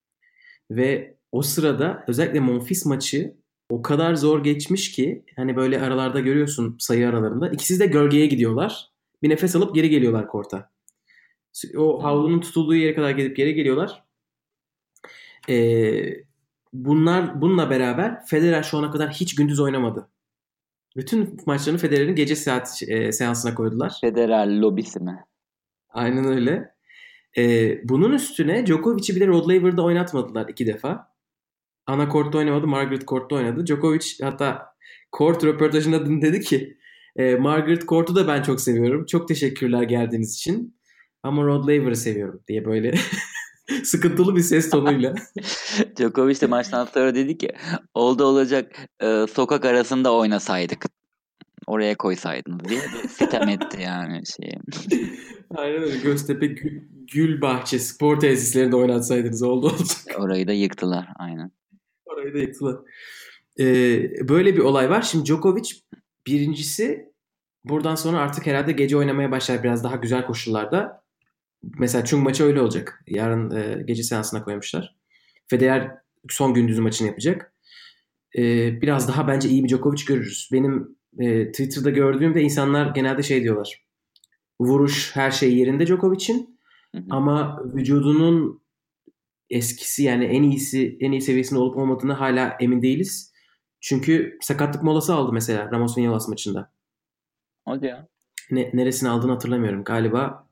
Ve o sırada özellikle Monfils maçı o kadar zor geçmiş ki hani böyle aralarda görüyorsun sayı aralarında. İkisi de gölgeye gidiyorlar. Bir nefes alıp geri geliyorlar korta. O Hmm. havlunun tutulduğu yere kadar gelip geri geliyorlar. Ee, bunlar bununla beraber Federer şu ana kadar hiç gündüz oynamadı. Bütün maçlarını Federer'in gece saat e, seansına koydular. Federer lobisi mi? Aynen öyle. Ee, bunun üstüne Djokovic'i bir de Rod Laver'da oynatmadılar iki defa. Ana kortta oynamadı, Margaret Court'ta oynadı. Djokovic hatta Court röportajında dedi ki e, Margaret Court'u da ben çok seviyorum. Çok teşekkürler geldiğiniz için. Ama Rod Laver'ı seviyorum diye böyle sıkıntılı bir ses tonuyla. Djokovic de maçtan sonra dedi ki oldu olacak e, sokak arasında oynasaydık. Oraya koysaydınız diye bir sitem etti yani şey. Aynen öyle. Göztepe Gül, Gül Bahçe spor tesislerinde oynatsaydınız oldu olacak. Orayı da yıktılar aynen. Orayı da yıktılar. Ee, böyle bir olay var. Şimdi Djokovic birincisi buradan sonra artık herhalde gece oynamaya başlar biraz daha güzel koşullarda. Mesela Chung maçı öyle olacak. Yarın e, gece seansına koymuşlar. Federer son gündüz maçını yapacak. Ee, biraz daha bence iyi bir Djokovic görürüz. Benim e, Twitter'da gördüğümde insanlar genelde şey diyorlar. Vuruş her şey yerinde Djokovic'in Hı hı. ama vücudunun eskisi yani en iyisi en iyi seviyesinde olup olmadığını hala emin değiliz. Çünkü sakatlık molası aldı mesela Ramos Vinolas maçında. Hadi ya. Ne, neresini aldığını hatırlamıyorum. Galiba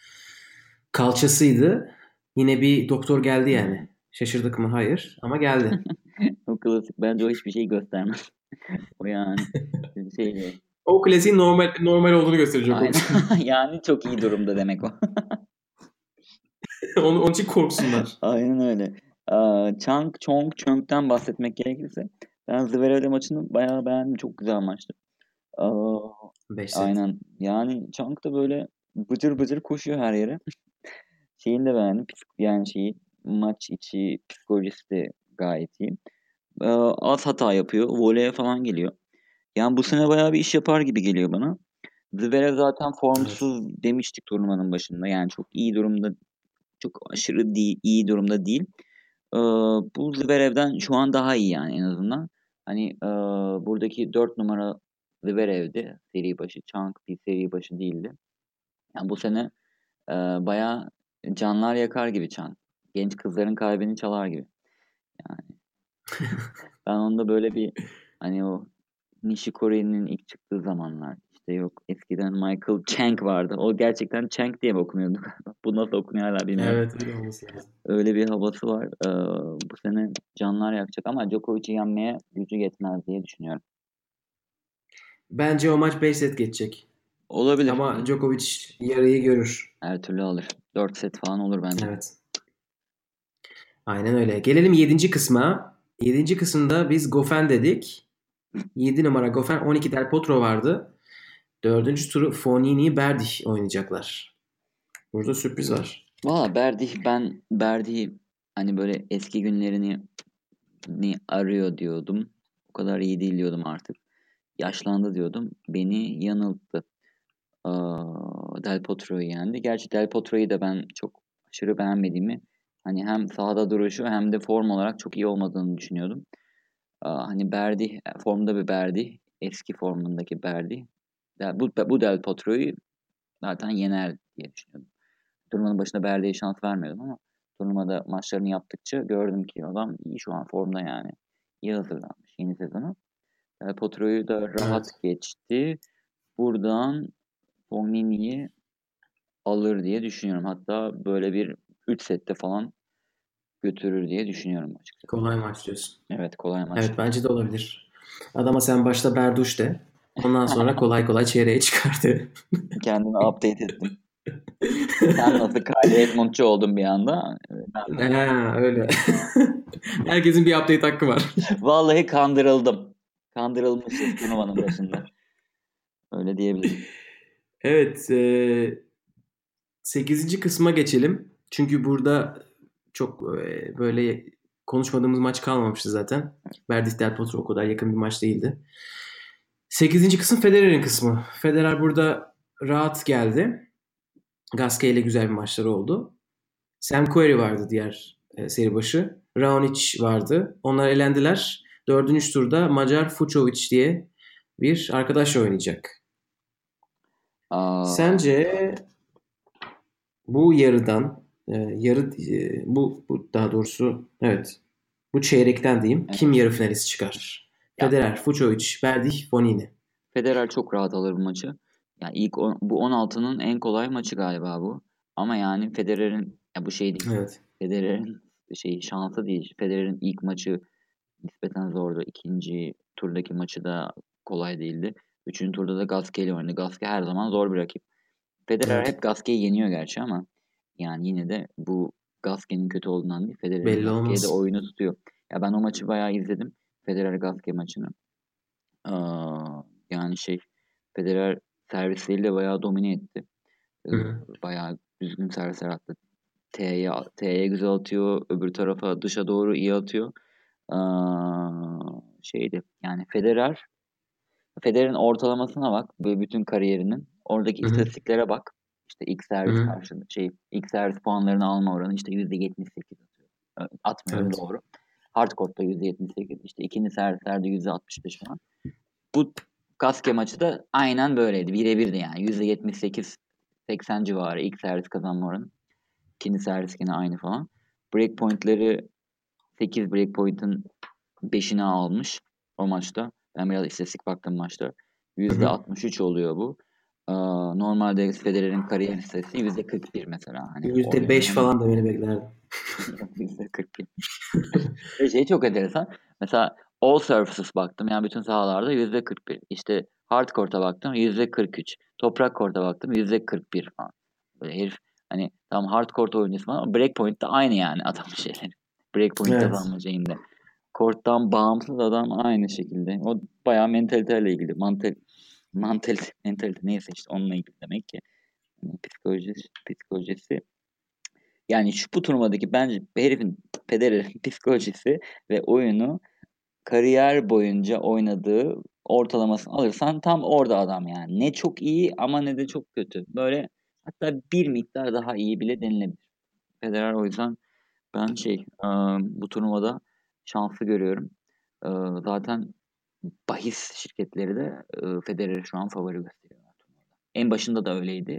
kalçasıydı. Yine bir doktor geldi yani. Şaşırdık mı? Hayır. Ama geldi. O klasik bence o hiçbir şey göstermez. O yani şey O klasiğin normal normal olduğunu gösteriyor aynen Djokovic'in. yani çok iyi durumda demek o. onun, onun için korksunlar. Aynen öyle. Aa, Chang Chong Chöng'den bahsetmek gerekirse ben Zverev maçını bayağı beğendim. Çok güzel maçtı. Aa, beş set. aynen. Yani Chang da böyle bıcır bıcır koşuyor her yere. Şeyini de beğendim. Psik- Yani şeyi maç içi psikolojisi de gayet iyi. Aa, az hata yapıyor. Voleye falan geliyor. Yani bu sene bayağı bir iş yapar gibi geliyor bana. Zverev zaten Evet. formsuz demiştik turnuvanın başında. Yani çok iyi durumda, çok aşırı değil, iyi durumda değil. Ee, bu Zverev'den şu an daha iyi yani en azından. Hani e, buradaki dört numara Zverev'di seri başı. Chang bir seri başı değildi. Yani bu sene e, bayağı canlar yakar gibi Chang. Genç kızların kalbini çalar gibi. Yani ben onda böyle bir hani o Nishikori'nin ilk çıktığı zamanlar işte yok eskiden Michael Chang vardı. O gerçekten Chang diye mi okunuyordu? Bu nasıl okunuyor hala bilmiyorum. Evet öyle olması lazım. Öyle bir havası var. Ee, bu sene canlar yakacak ama Djokovic'i yenmeye gücü yetmez diye düşünüyorum. Bence o maç beş set geçecek. Olabilir. Ama Djokovic yarıyı görür. Her türlü alır. Dört set falan olur bence. Evet. Aynen öyle. Gelelim yedinci kısma. Yedinci kısımda biz Goffin dedik. yedi numara Goffin, on iki Del Potro vardı. Dördüncü turu Fognini, Berdych oynayacaklar. Burada sürpriz var. Valla Berdych, ben Berdych hani böyle eski günlerini ni arıyor diyordum. O kadar iyi değil diyordum artık. Yaşlandı diyordum. Beni yanılttı. Aa, Del Potro'yu yendi. Gerçi Del Potro'yu da ben çok aşırı beğenmediğimi, hani hem sahada duruşu hem de form olarak çok iyi olmadığını düşünüyordum. Aa, hani Berdi formda bir Berdi, eski formundaki Berdi. Ya bu bu Del Potro'yu zaten yener diye düşünüyordum. Turnuvanın başında Berdi'ye şans vermiyordum ama turnuvada maçlarını yaptıkça gördüm ki adam iyi şu an formda yani. İyi hazırlanmış yeni sezonu. Del Potro'yu da rahat Evet. geçti. Buradan Fognini'yi alır diye düşünüyorum. Hatta böyle bir üç sette falan götürür diye düşünüyorum açıkçası. Kolay maç diyorsun. Evet, kolay maç. Evet, bence de olabilir. Adama sen başta Berduş de. Ondan sonra kolay kolay çeyreğe çıkardı. Kendimi update ettim. Sen nasıl Kyle Edmund'cu oldun bir anda? Ben de. Ha, öyle. Herkesin bir update hakkı var. Vallahi kandırıldım. Kandırılmışız turnuvanın başında. Öyle diyebilirim. Evet. E, sekizinci kısma geçelim. Çünkü burada çok e, böyle konuşmadığımız maç kalmamıştı zaten. Berdych Del Potro o kadar yakın bir maç değildi. Sekizinci kısım Federer'in kısmı. Federer burada rahat geldi. Gasquet ile güzel bir maçları oldu. Sam Querrey vardı diğer e, seri başı. Raonic vardı. Onlar elendiler. Dördüncü turda Macar Fucsovics diye bir arkadaş oynayacak. Aa, Sence bu yarıdan e, yarı e, bu, bu daha doğrusu evet bu çeyrekten diyeyim evet. kim yarı finalist çıkar? Ya Federer, Fucsovics, Berdych, Fonini. Federer çok rahat alır bu maçı. Ya ilk on- bu on altının en kolay maçı galiba bu. Ama yani Federer'in, ya bu şey değil. Evet. Federer'in şey şansı değil. Federer'in ilk maçı nispeten zordu. İkinci turdaki maçı da kolay değildi. Üçüncü turda da Gasquet ile oynadı. Gasquet her zaman zor bir rakip. Federer Evet. hep Gasquet'i yeniyor gerçi ama yani yine de bu Gasquet'in kötü olduğundan değil, Federer'in Belli Gasquet'e de olmaz. oyunu tutuyor. Ya ben o maçı bayağı izledim. Federer Gasquet maçını. Aa, yani şey, Federer servisleriyle bayağı domine etti. Ee, Hı hı. bayağı düzgün servisler attı. T'ye T'ye güzel atıyor. Öbür tarafa dışa doğru iyi atıyor. Aa, şeydi yani Federer Federer'in ortalamasına bak ve bütün kariyerinin. Oradaki Hı hı. istatistiklere bak. İşte ilk Hı servis hı. karşılığı şey ilk servis puanlarını alma oranı işte yüzde yetmiş sekiz atıyor. Ö- Atmıyorum, Evet. doğru. Hardcourt'ta yüzde yetmiş sekiz, işte ikinci servislerde yüzde altmış beş falan. Bu Gasquet maçı da aynen böyleydi. Birebirdi yani. yüzde yetmiş sekiz seksen civarı ilk servis kazanma oranı. İkinci servis yine aynı falan. Breakpoint'leri sekiz breakpoint'ın beşini almış o maçta. Ben biraz istatistik baktım maçta. Hı yüzde hı. altmış üç oluyor bu. Aa, normalde Federer'in kariyer istatistiği yüzde kırk bir mesela. Hani yüzde orada beş inanılmaz. falan demeni beklerdim. yüzde kırk bir. Ve şey çok enteresan. Mesela all surfaces baktım. Yani bütün sahalarda yüzde kırk bir. İşte hard court'a baktım yüzde kırk üç. Toprak court'a baktım yüzde kırk bir falan. Böyle herif hani tam hard court oyuncusu falan ama breakpoint de aynı yani adam şeyleri. Breakpoint Evet. kazanma şeyinde. Korttan bağımsız adam aynı şekilde. O bayağı mentaliteyle ilgili. Mantel, mantalite, mentalite neyse işte onunla ilgili demek ki. Yani psikolojisi, psikolojisi. Yani şu bu turnuvadaki bence herifin Federer'in psikolojisi ve oyunu kariyer boyunca oynadığı ortalamasını alırsan tam orada adam yani. Ne çok iyi ama ne de çok kötü. Böyle hatta bir miktar daha iyi bile denilebilir. Federer o yüzden ben şey bu turnuvada şanslı görüyorum. Zaten bahis şirketleri de Federer'i şu an favori gösteriyorlar turnuvada. En başında da öyleydi.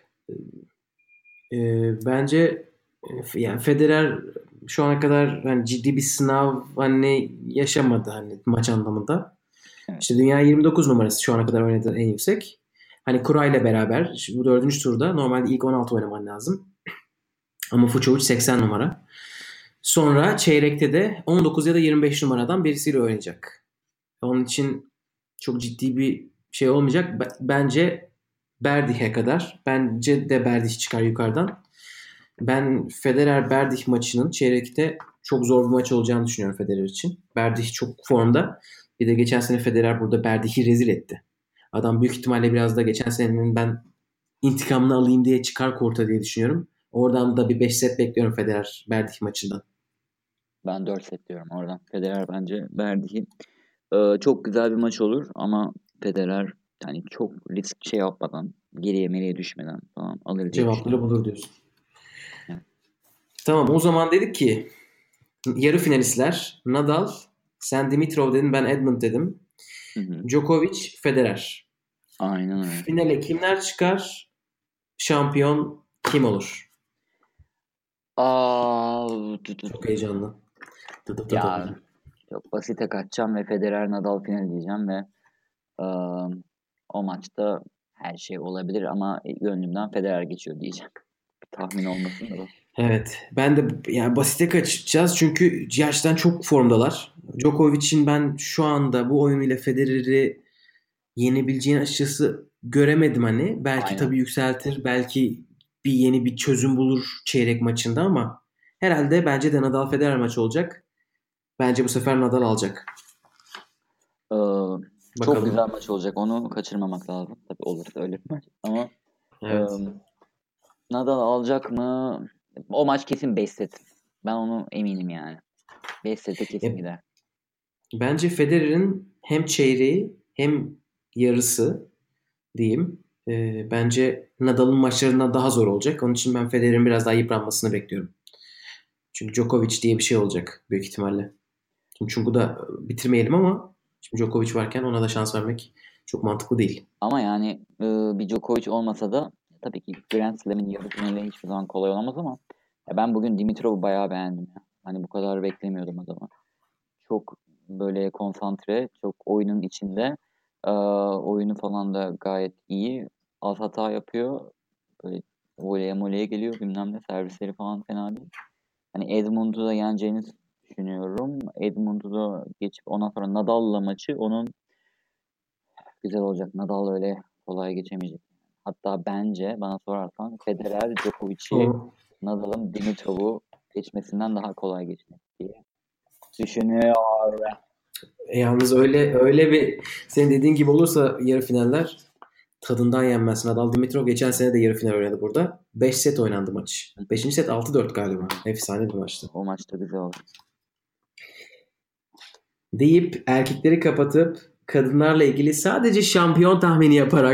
Ee, bence e, yani Federer şu ana kadar hani ciddi bir sınav hani yaşamadı hani maç anlamında. Evet. İşte dünya yirmi dokuz numarası şu ana kadar oynadığı en yüksek. Hani kurayla beraber şimdi bu dördüncü turda normalde ilk on altı oynaman lazım. Ama Fucsovics seksen numara. Sonra çeyrekte de on dokuz ya da yirmi beş numaradan birisiyle oynayacak. Onun için çok ciddi bir şey olmayacak. Bence Berdich'e kadar. Bence de Berdych çıkar yukarıdan. Ben Federer Berdych maçının çeyrekte çok zor bir maç olacağını düşünüyorum Federer için. Berdych çok formda. Bir de geçen sene Federer burada Berdik'i rezil etti. Adam büyük ihtimalle biraz da geçen senenin ben intikamını alayım diye çıkar korta diye düşünüyorum. Oradan da bir beş set bekliyorum Federer Berdik maçından. Ben dört set diyorum oradan. Federer bence Berdik'i. Ee, çok güzel bir maç olur ama Federer yani çok risk şey yapmadan, geriye meriye düşmeden falan alır diye Cevapları düşünüyorum. bulur diyorsun. Evet. Tamam, o zaman dedik ki yarı finalistler Nadal, sen Dimitrov dedin, ben Edmund dedim. Hı hı. Djokovic, Federer. Aynen öyle. Finale kimler çıkar? Şampiyon kim olur? Aa, tü tü Çok tü. heyecanlı. Dı dı dı Ya dı. çok basite kaçacağım ve Federer Nadal final diyeceğim ve ıı, o maçta her şey olabilir ama gönlümden Federer geçiyor diyeceğim. Bir tahmin olmasın da bu. Evet. Ben de yani basite kaçacağız çünkü yaştan çok formdalar. Djokovic'in ben şu anda bu oyunuyla Federer'i yenebileceğini açıkçası göremedim hani. Belki Aynen. tabii yükseltir, belki bir yeni bir çözüm bulur çeyrek maçında ama herhalde bence de Nadal Federer maçı olacak. Bence bu sefer Nadal alacak. Ee, Çok Bakalım. güzel maç olacak. Onu kaçırmamak lazım. Tabii olursa öyle bir maç. Ama Evet. ıı, Nadal alacak mı? O maç kesin beş set. Ben onu eminim yani. beş sete kesin E, gider. bence Federer'in hem çeyreği hem yarısı diyeyim. E, bence Nadal'ın maçlarından daha zor olacak. Onun için ben Federer'in biraz daha yıpranmasını bekliyorum. Çünkü Djokovic diye bir şey olacak büyük ihtimalle. Şimdi çünkü da bitirmeyelim ama şimdi Djokovic varken ona da şans vermek çok mantıklı değil. Ama yani ıı, bir Djokovic olmasa da tabii ki Grand Slam'in yarı finali hiçbir zaman kolay olamaz ama ya ben bugün Dimitrov'u bayağı beğendim ya. Hani bu kadar beklemiyordum adamı. Çok böyle konsantre, çok oyunun içinde. Ee, Oyunu falan da gayet iyi. Az hata yapıyor. Böyle voleye moleye geliyor bilmem ne. Servisleri falan fena değil. Hani Edmund'u da yeneceğini düşünüyorum. Edmund'u da geçip ondan sonra Nadal'la maçı onun güzel olacak. Nadal öyle kolay geçemeyecek. Hatta bence bana sorarsan Federer Djokovic'i O Nadal'ın Dimitrov'u geçmesinden daha kolay geçecek diye düşünüyor. e, yalnız öyle öyle bir senin dediğin gibi olursa yarı finaller tadından yenmez. Nadal Dimitrov geçen sene de yarı final oynadı burada. beş set oynandı maç. beşinci set altı dört galiba. Efsane bir maçtı. O maçta güzel oldu. Deyip erkekleri kapatıp kadınlarla ilgili sadece şampiyon tahmini yaparak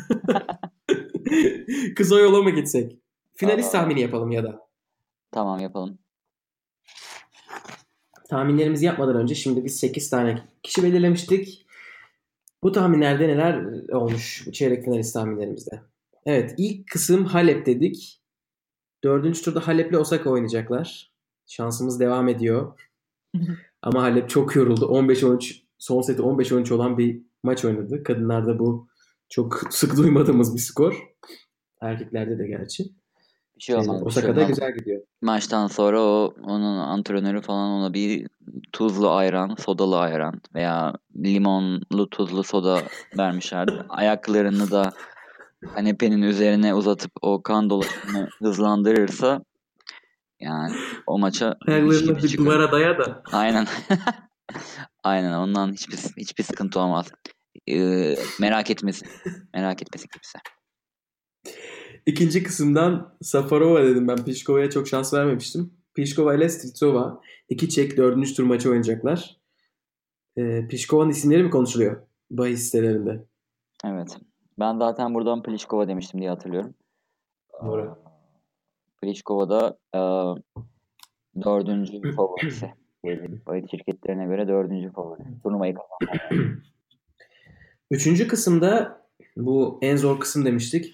kısa yola mı gitsek? Finalist Aa, tahmini yapalım ya da. tamam yapalım. Tahminlerimizi yapmadan önce şimdi biz sekiz tane kişi belirlemiştik. Bu tahminlerde neler olmuş bu çeyrek finalist tahminlerimizde? Evet, ilk kısım Halep dedik. Dördüncü turda Halep'le Osaka oynayacaklar. Şansımız devam ediyor. Ama Halep çok yoruldu. on beş on üç son seti on beş on üç olan bir maç oynadı. Kadınlarda bu çok sık duymadığımız bir skor. Erkeklerde de gerçi. Bir şey Ee, olmaz, bir şey Osaka'da olmaz. güzel gidiyor. Maçtan sonra o onun antrenörü falan ona bir tuzlu ayran, sodalı ayran veya limonlu tuzlu soda vermişlerdi. Ayaklarını da kanepenin üzerine uzatıp o kan dolaşımını hızlandırırsa yani o maça mis gibi Ayaklarını bir çıkar. duvara daya da. Aynen. Aynen ondan hiçbir hiçbir sıkıntı olmaz. Ee, merak etmesin. Merak etmesin kimse. İkinci kısımdan Safarova dedim ben. Pliškova'ya çok şans vermemiştim. Pliškova ile Stritsova iki Çek dördüncü tur maçı oynayacaklar. Ee, Pliškova'nın isimleri mi konuşuluyor bahis sitelerinde? Evet. Ben zaten buradan Pliskova demiştim diye hatırlıyorum. Doğru. Pliskova da e, dördüncü favorisi. Belli bahis şirketlerine göre dördüncü favori. Turnuvayı kazandı. Üçüncü kısımda bu en zor kısım demiştik.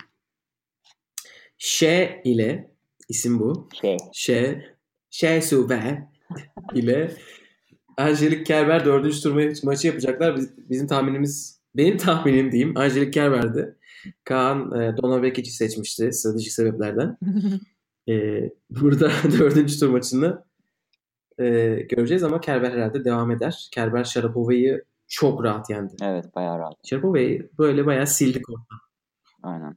Şe ile isim bu. Şey. Şe Şe Sube ile Angelique Kerber dördüncü tur ma- maçı yapacaklar. Biz, bizim tahminimiz, benim tahminim diyeyim, Angelique Kerber'di. Kaan e, Donald Bekic'i seçmişti stratejik sebeplerden. E, burada dördüncü tur maçını e, göreceğiz ama Kerber herhalde devam eder. Kerber Sharapova'yı çok rahat yendi. Evet bayağı rahat. Sharapova'yı böyle bayağı sildik orada. Aynen.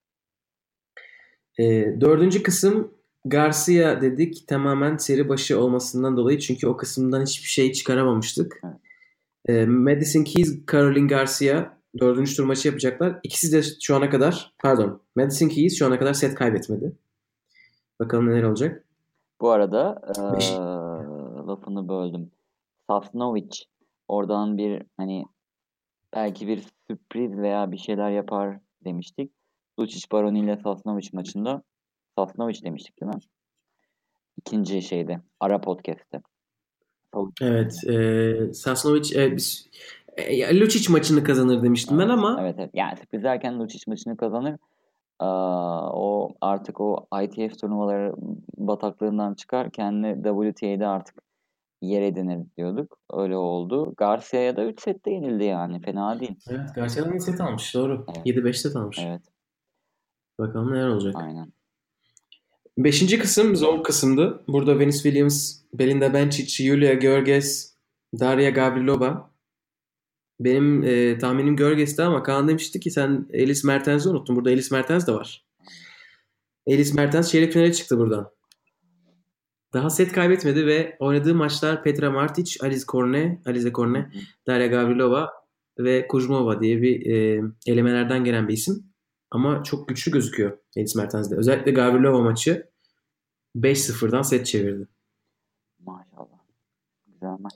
E, dördüncü kısım Garcia dedik tamamen seri başı olmasından dolayı çünkü o kısımdan hiçbir şey çıkaramamıştık. Evet. E, Madison Keys, Caroline Garcia dördüncü tur maçı yapacaklar. İkisi de şu ana kadar pardon Madison Keys şu ana kadar set kaybetmedi. Bakalım neler olacak. Bu arada eee, Beş. lafını böldüm. Sasnovic oradan bir hani belki bir sürpriz veya bir şeyler yapar demiştik. Lucic Baroni ile Sasnovic maçında Sasnovic demiştik değil mi? İkinci şeyde ara podcast'te. Evet. E, Sasnovic e, biz, e, Lucic maçını kazanır demiştim ben Evet, ama evet, evet. Yani sürpriz derken Lucic maçını kazanır. Aa, o artık o I T F turnuvaları bataklığından çıkar. Kendini W T A'de artık yer edinir diyorduk. Öyle oldu. Garcia'ya da üç sette yenildi yani. Fena değil. evet, Garcia'dan set almış. Doğru. Evet, yedi beş set almış. evet. Bakalım neler olacak. Aynen. Beşinci kısım zor kısımdı. Burada Venus Williams, Belinda Bencic, Julia Görges, Daria Gavrilova. Benim e, tahminim Görges'ti ama Kaan demişti ki sen Elis Mertens'i unuttun. Burada Elis Mertens de var. Elis Mertens çeyrek finale çıktı buradan. Daha set kaybetmedi ve oynadığı maçlar Petra Martic, Alize Cornet, Alize Cornet, Daria Gavrilova ve Kuzmova diye bir e, elemelerden gelen bir isim. Ama çok güçlü gözüküyor Elis Mertens'de. Özellikle Gavrilova maçı beş sıfırdan set çevirdi. Maşallah. Güzel maç.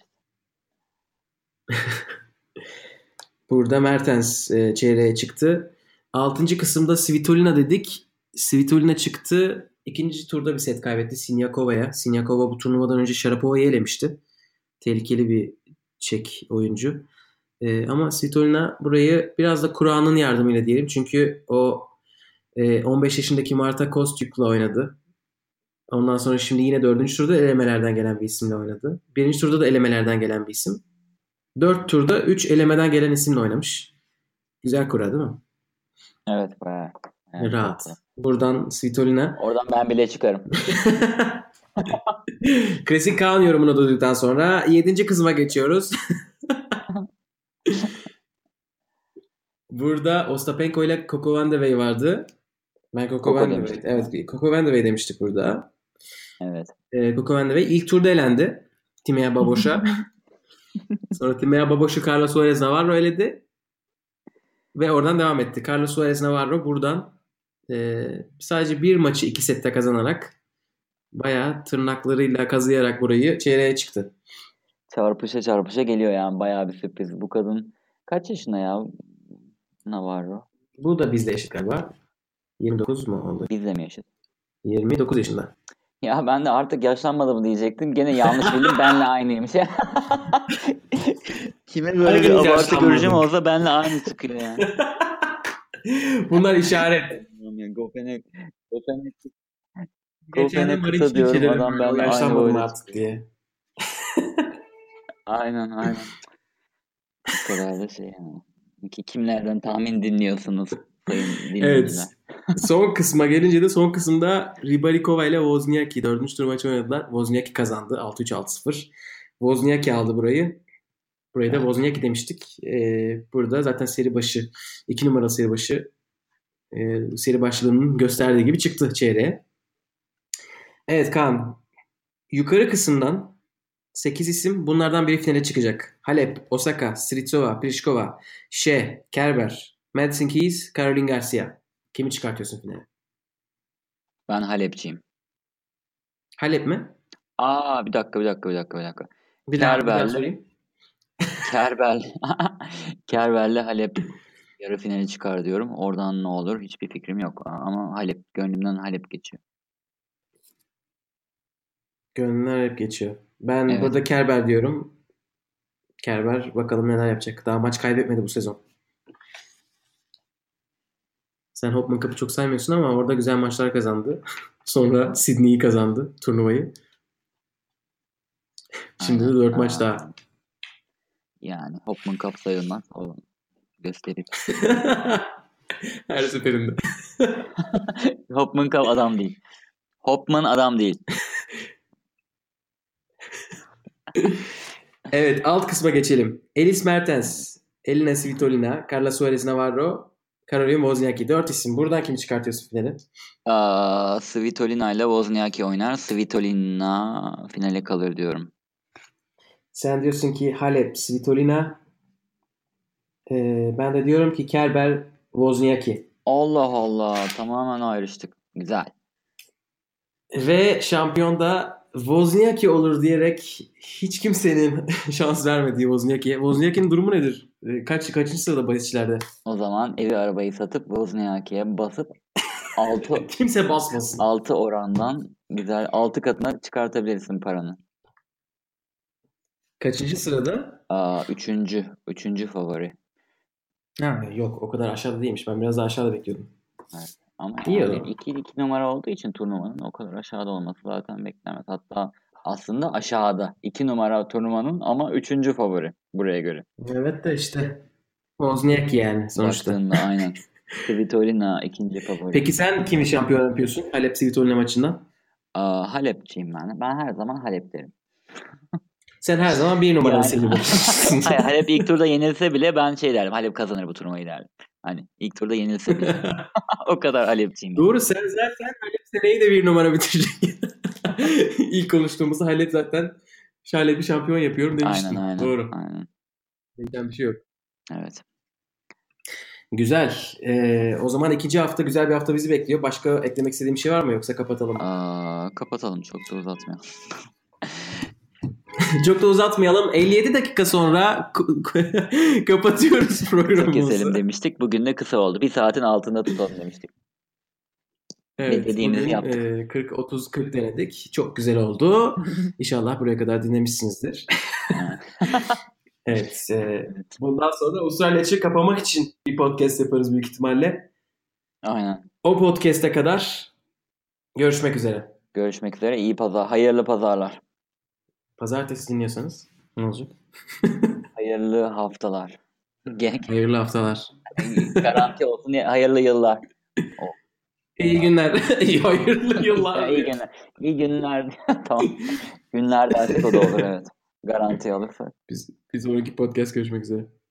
Burada Mertens e, çeyreğe çıktı. Altıncı kısımda Svitolina dedik. Svitolina çıktı. İkinci turda bir set kaybetti Sinyakova'ya. Sinyakova bu turnuvadan önce Sharapova'yı elemişti. Tehlikeli bir Çek oyuncu. E, ama Svitolina burayı biraz da Kur'an'ın yardımıyla diyelim. Çünkü o e, on beş yaşındaki Marta Kostyuk'la oynadı. Ondan sonra şimdi yine dördüncü turda elemelerden gelen bir isimle oynadı. Birinci turda da elemelerden gelen bir isim. Dört turda üç elemeden gelen isimle oynamış. Güzel kura değil mi? Evet bayağı. Evet, Rahat. çok. Buradan Svitolina. Oradan ben bile çıkarım. Klasik Kaan yorumunu duyduktan sonra yedinci kısma geçiyoruz. Burada Ostapenko ile Coco Vandeweghe vardı. Ben Coco Koko Vandeweghe. demiştik. Evet, Coco Vandeweghe demiştik burada. Evet. Ee, Coco Vandeweghe ilk turda elendi. Timea Babos'a. Sonra Timea Babos'u Carlos Suarez Navarro eledi. Ve oradan devam etti. Carlos Suarez Navarro buradan e, sadece bir maçı iki sette kazanarak bayağı tırnaklarıyla kazıyarak burayı çeyreğe çıktı. Çarpışa çarpışa geliyor yani. Bayağı bir sürpriz. Bu kadın kaç yaşında ya? Navarro. Bu da bizle eşit galiba. yirmi dokuz mu oldu? Bizle mi yaşadı? yirmi dokuz yaşında. Ya ben de artık yaşlanmadı mı diyecektim. Gene yanlış bildim. Benle aynıymış. Kime böyle bir Hangimiz abartı yaşlanmadık? göreceğim olsa benle aynı çıkıyor yani. Bunlar işaret. Gofene, Gofene, Geçen de Gofene kısa Mariç'in diyorum. çelerim Adam böyle. O benle aynı yaşlanmadı mı boyda artık çıkıyor. diye. Aynen aynen. Bu kadar da şey yani. Ki kimlerden tahmin dinliyorsunuz sayın dinleyiciler? Evet. Son kısma gelince de son kısımda Ribarikova ile Wozniacki dördüncü tur maçı oynadılar. Wozniacki kazandı. altı üç altı sıfır. Wozniacki aldı burayı. Burayı da Wozniacki demiştik. Ee, burada zaten seri başı iki numara seri başı e, seri başlığının gösterdiği gibi çıktı çeyreğe. Evet Kaan. Yukarı kısımdan sekiz isim bunlardan biri finale çıkacak. Halep, Osaka, Stritsova, Pliskova, Shea, Kerber, Madison Keys, Caroline Garcia. Kimi çıkartıyorsun finale? Ben Halepçiyim. Halep mi? Aa bir dakika bir dakika bir dakika bir dakika. Bir daha, bir daha Kerbel'le sorayım. Kerbel Kerbel'le Halep yarı finale çıkar diyorum. Oradan ne olur hiçbir fikrim yok. Ama Halep gönlümden Halep geçiyor. Gönüller hep geçiyor. Ben Evet. burada Kerber diyorum. Kerber bakalım neler yapacak. Daha maç kaybetmedi bu sezon. Sen Hopman Cup'ı çok saymıyorsun ama orada güzel maçlar kazandı. Sonra Sydney'i kazandı turnuvayı. Şimdi de Aynen. dört maç Aa, daha. yani Hopman Cup sayılmaz. O gösterip. Her seferinde. Hopman Cup adam değil. Hopman adam değil. Evet, alt kısma geçelim. Elis Mertens, Elina Svitolina, Carla Suarez Navarro, Caroline Wozniacki. Dört isim. Buradan kimi çıkartıyorsun finale? Aa, Svitolina ile Wozniacki oynar. Svitolina finale kalır diyorum. Sen diyorsun ki Halep, Svitolina. Ee, ben de diyorum ki Kerber, Wozniacki. Allah Allah. Tamamen ayrıştık. Güzel. Ve şampiyon da Wozniacki olur diyerek hiç kimsenin şans vermediği Wozniacki'ye. Wozniacki'nin durumu nedir? Ee, Kaç kaçıncı sırada bahisçilerde? O zaman evi arabayı satıp Wozniacki'ye basıp altı Kimse basmasın. altı orandan güzel altı katına çıkartabilirsin paranı. Kaçıncı sırada? Aa, üçüncü. Üçüncü favori. Ha, yok o kadar aşağıda değilmiş. Ben biraz daha aşağıda bekliyordum. Evet. Ama İyi yani o. iki iki numara olduğu için turnuvanın o kadar aşağıda olması zaten beklemez. Hatta aslında aşağıda. iki numara turnuvanın ama üçüncü favori buraya göre. Evet de işte Wozniacki yani sonuçta. Baktığında aynen. Svitolina ikinci favori. Peki sen kimi şampiyon yapıyorsun Halep Svitolina maçından? Aa, Halepçiyim ben. Ben her zaman Halep derim. Sen her zaman bir numaralı Yani seviyorsun. hayır, Halep ilk turda yenilse bile ben şey derdim. Halep kazanır bu turnuvayı derdim. Hani ilk turda yenilse bile. O kadar Halepçiyim. Doğru, sen zaten Halep seneyi de bir numara bitirecek. İlk konuştuğumuzda Halep zaten Halep'i şampiyon yapıyorum demiştin. Aynen aynen. Doğru. Aynen. Değişen bir şey yok. Evet. Güzel. Ee, o zaman ikinci hafta güzel bir hafta bizi bekliyor. Başka eklemek istediğim bir şey var mı yoksa kapatalım? Aa, kapatalım, çok da uzatmayalım. Çok da uzatmayalım. elli yedi dakika sonra kapatıyoruz Kısa programımızı. keselim demiştik. Bugün de kısa oldu. Bir saatin altında tutalım demiştik. Evet, Dediğimizi bugün yaptık. e, kırk otuz kırk denedik. Çok güzel oldu. İnşallah buraya kadar dinlemişsinizdir. Evet. E, bundan sonra Avustralya kapamak için bir podcast yaparız büyük ihtimalle. Aynen. O podcast'e kadar görüşmek üzere. Görüşmek üzere. İyi pazar. Hayırlı pazarlar. Pazartesi dinliyorsanız ne olacak? Hayırlı haftalar. Ge- Hayırlı haftalar. Garanti olsun diye hayırlı yıllar. İyi günler. Hayırlı yıllar. iyi günler. İyi günler. Tamam. Günler dersek o da olur, evet. Garanti alırsak. Biz, biz sonraki podcast görüşmek üzere.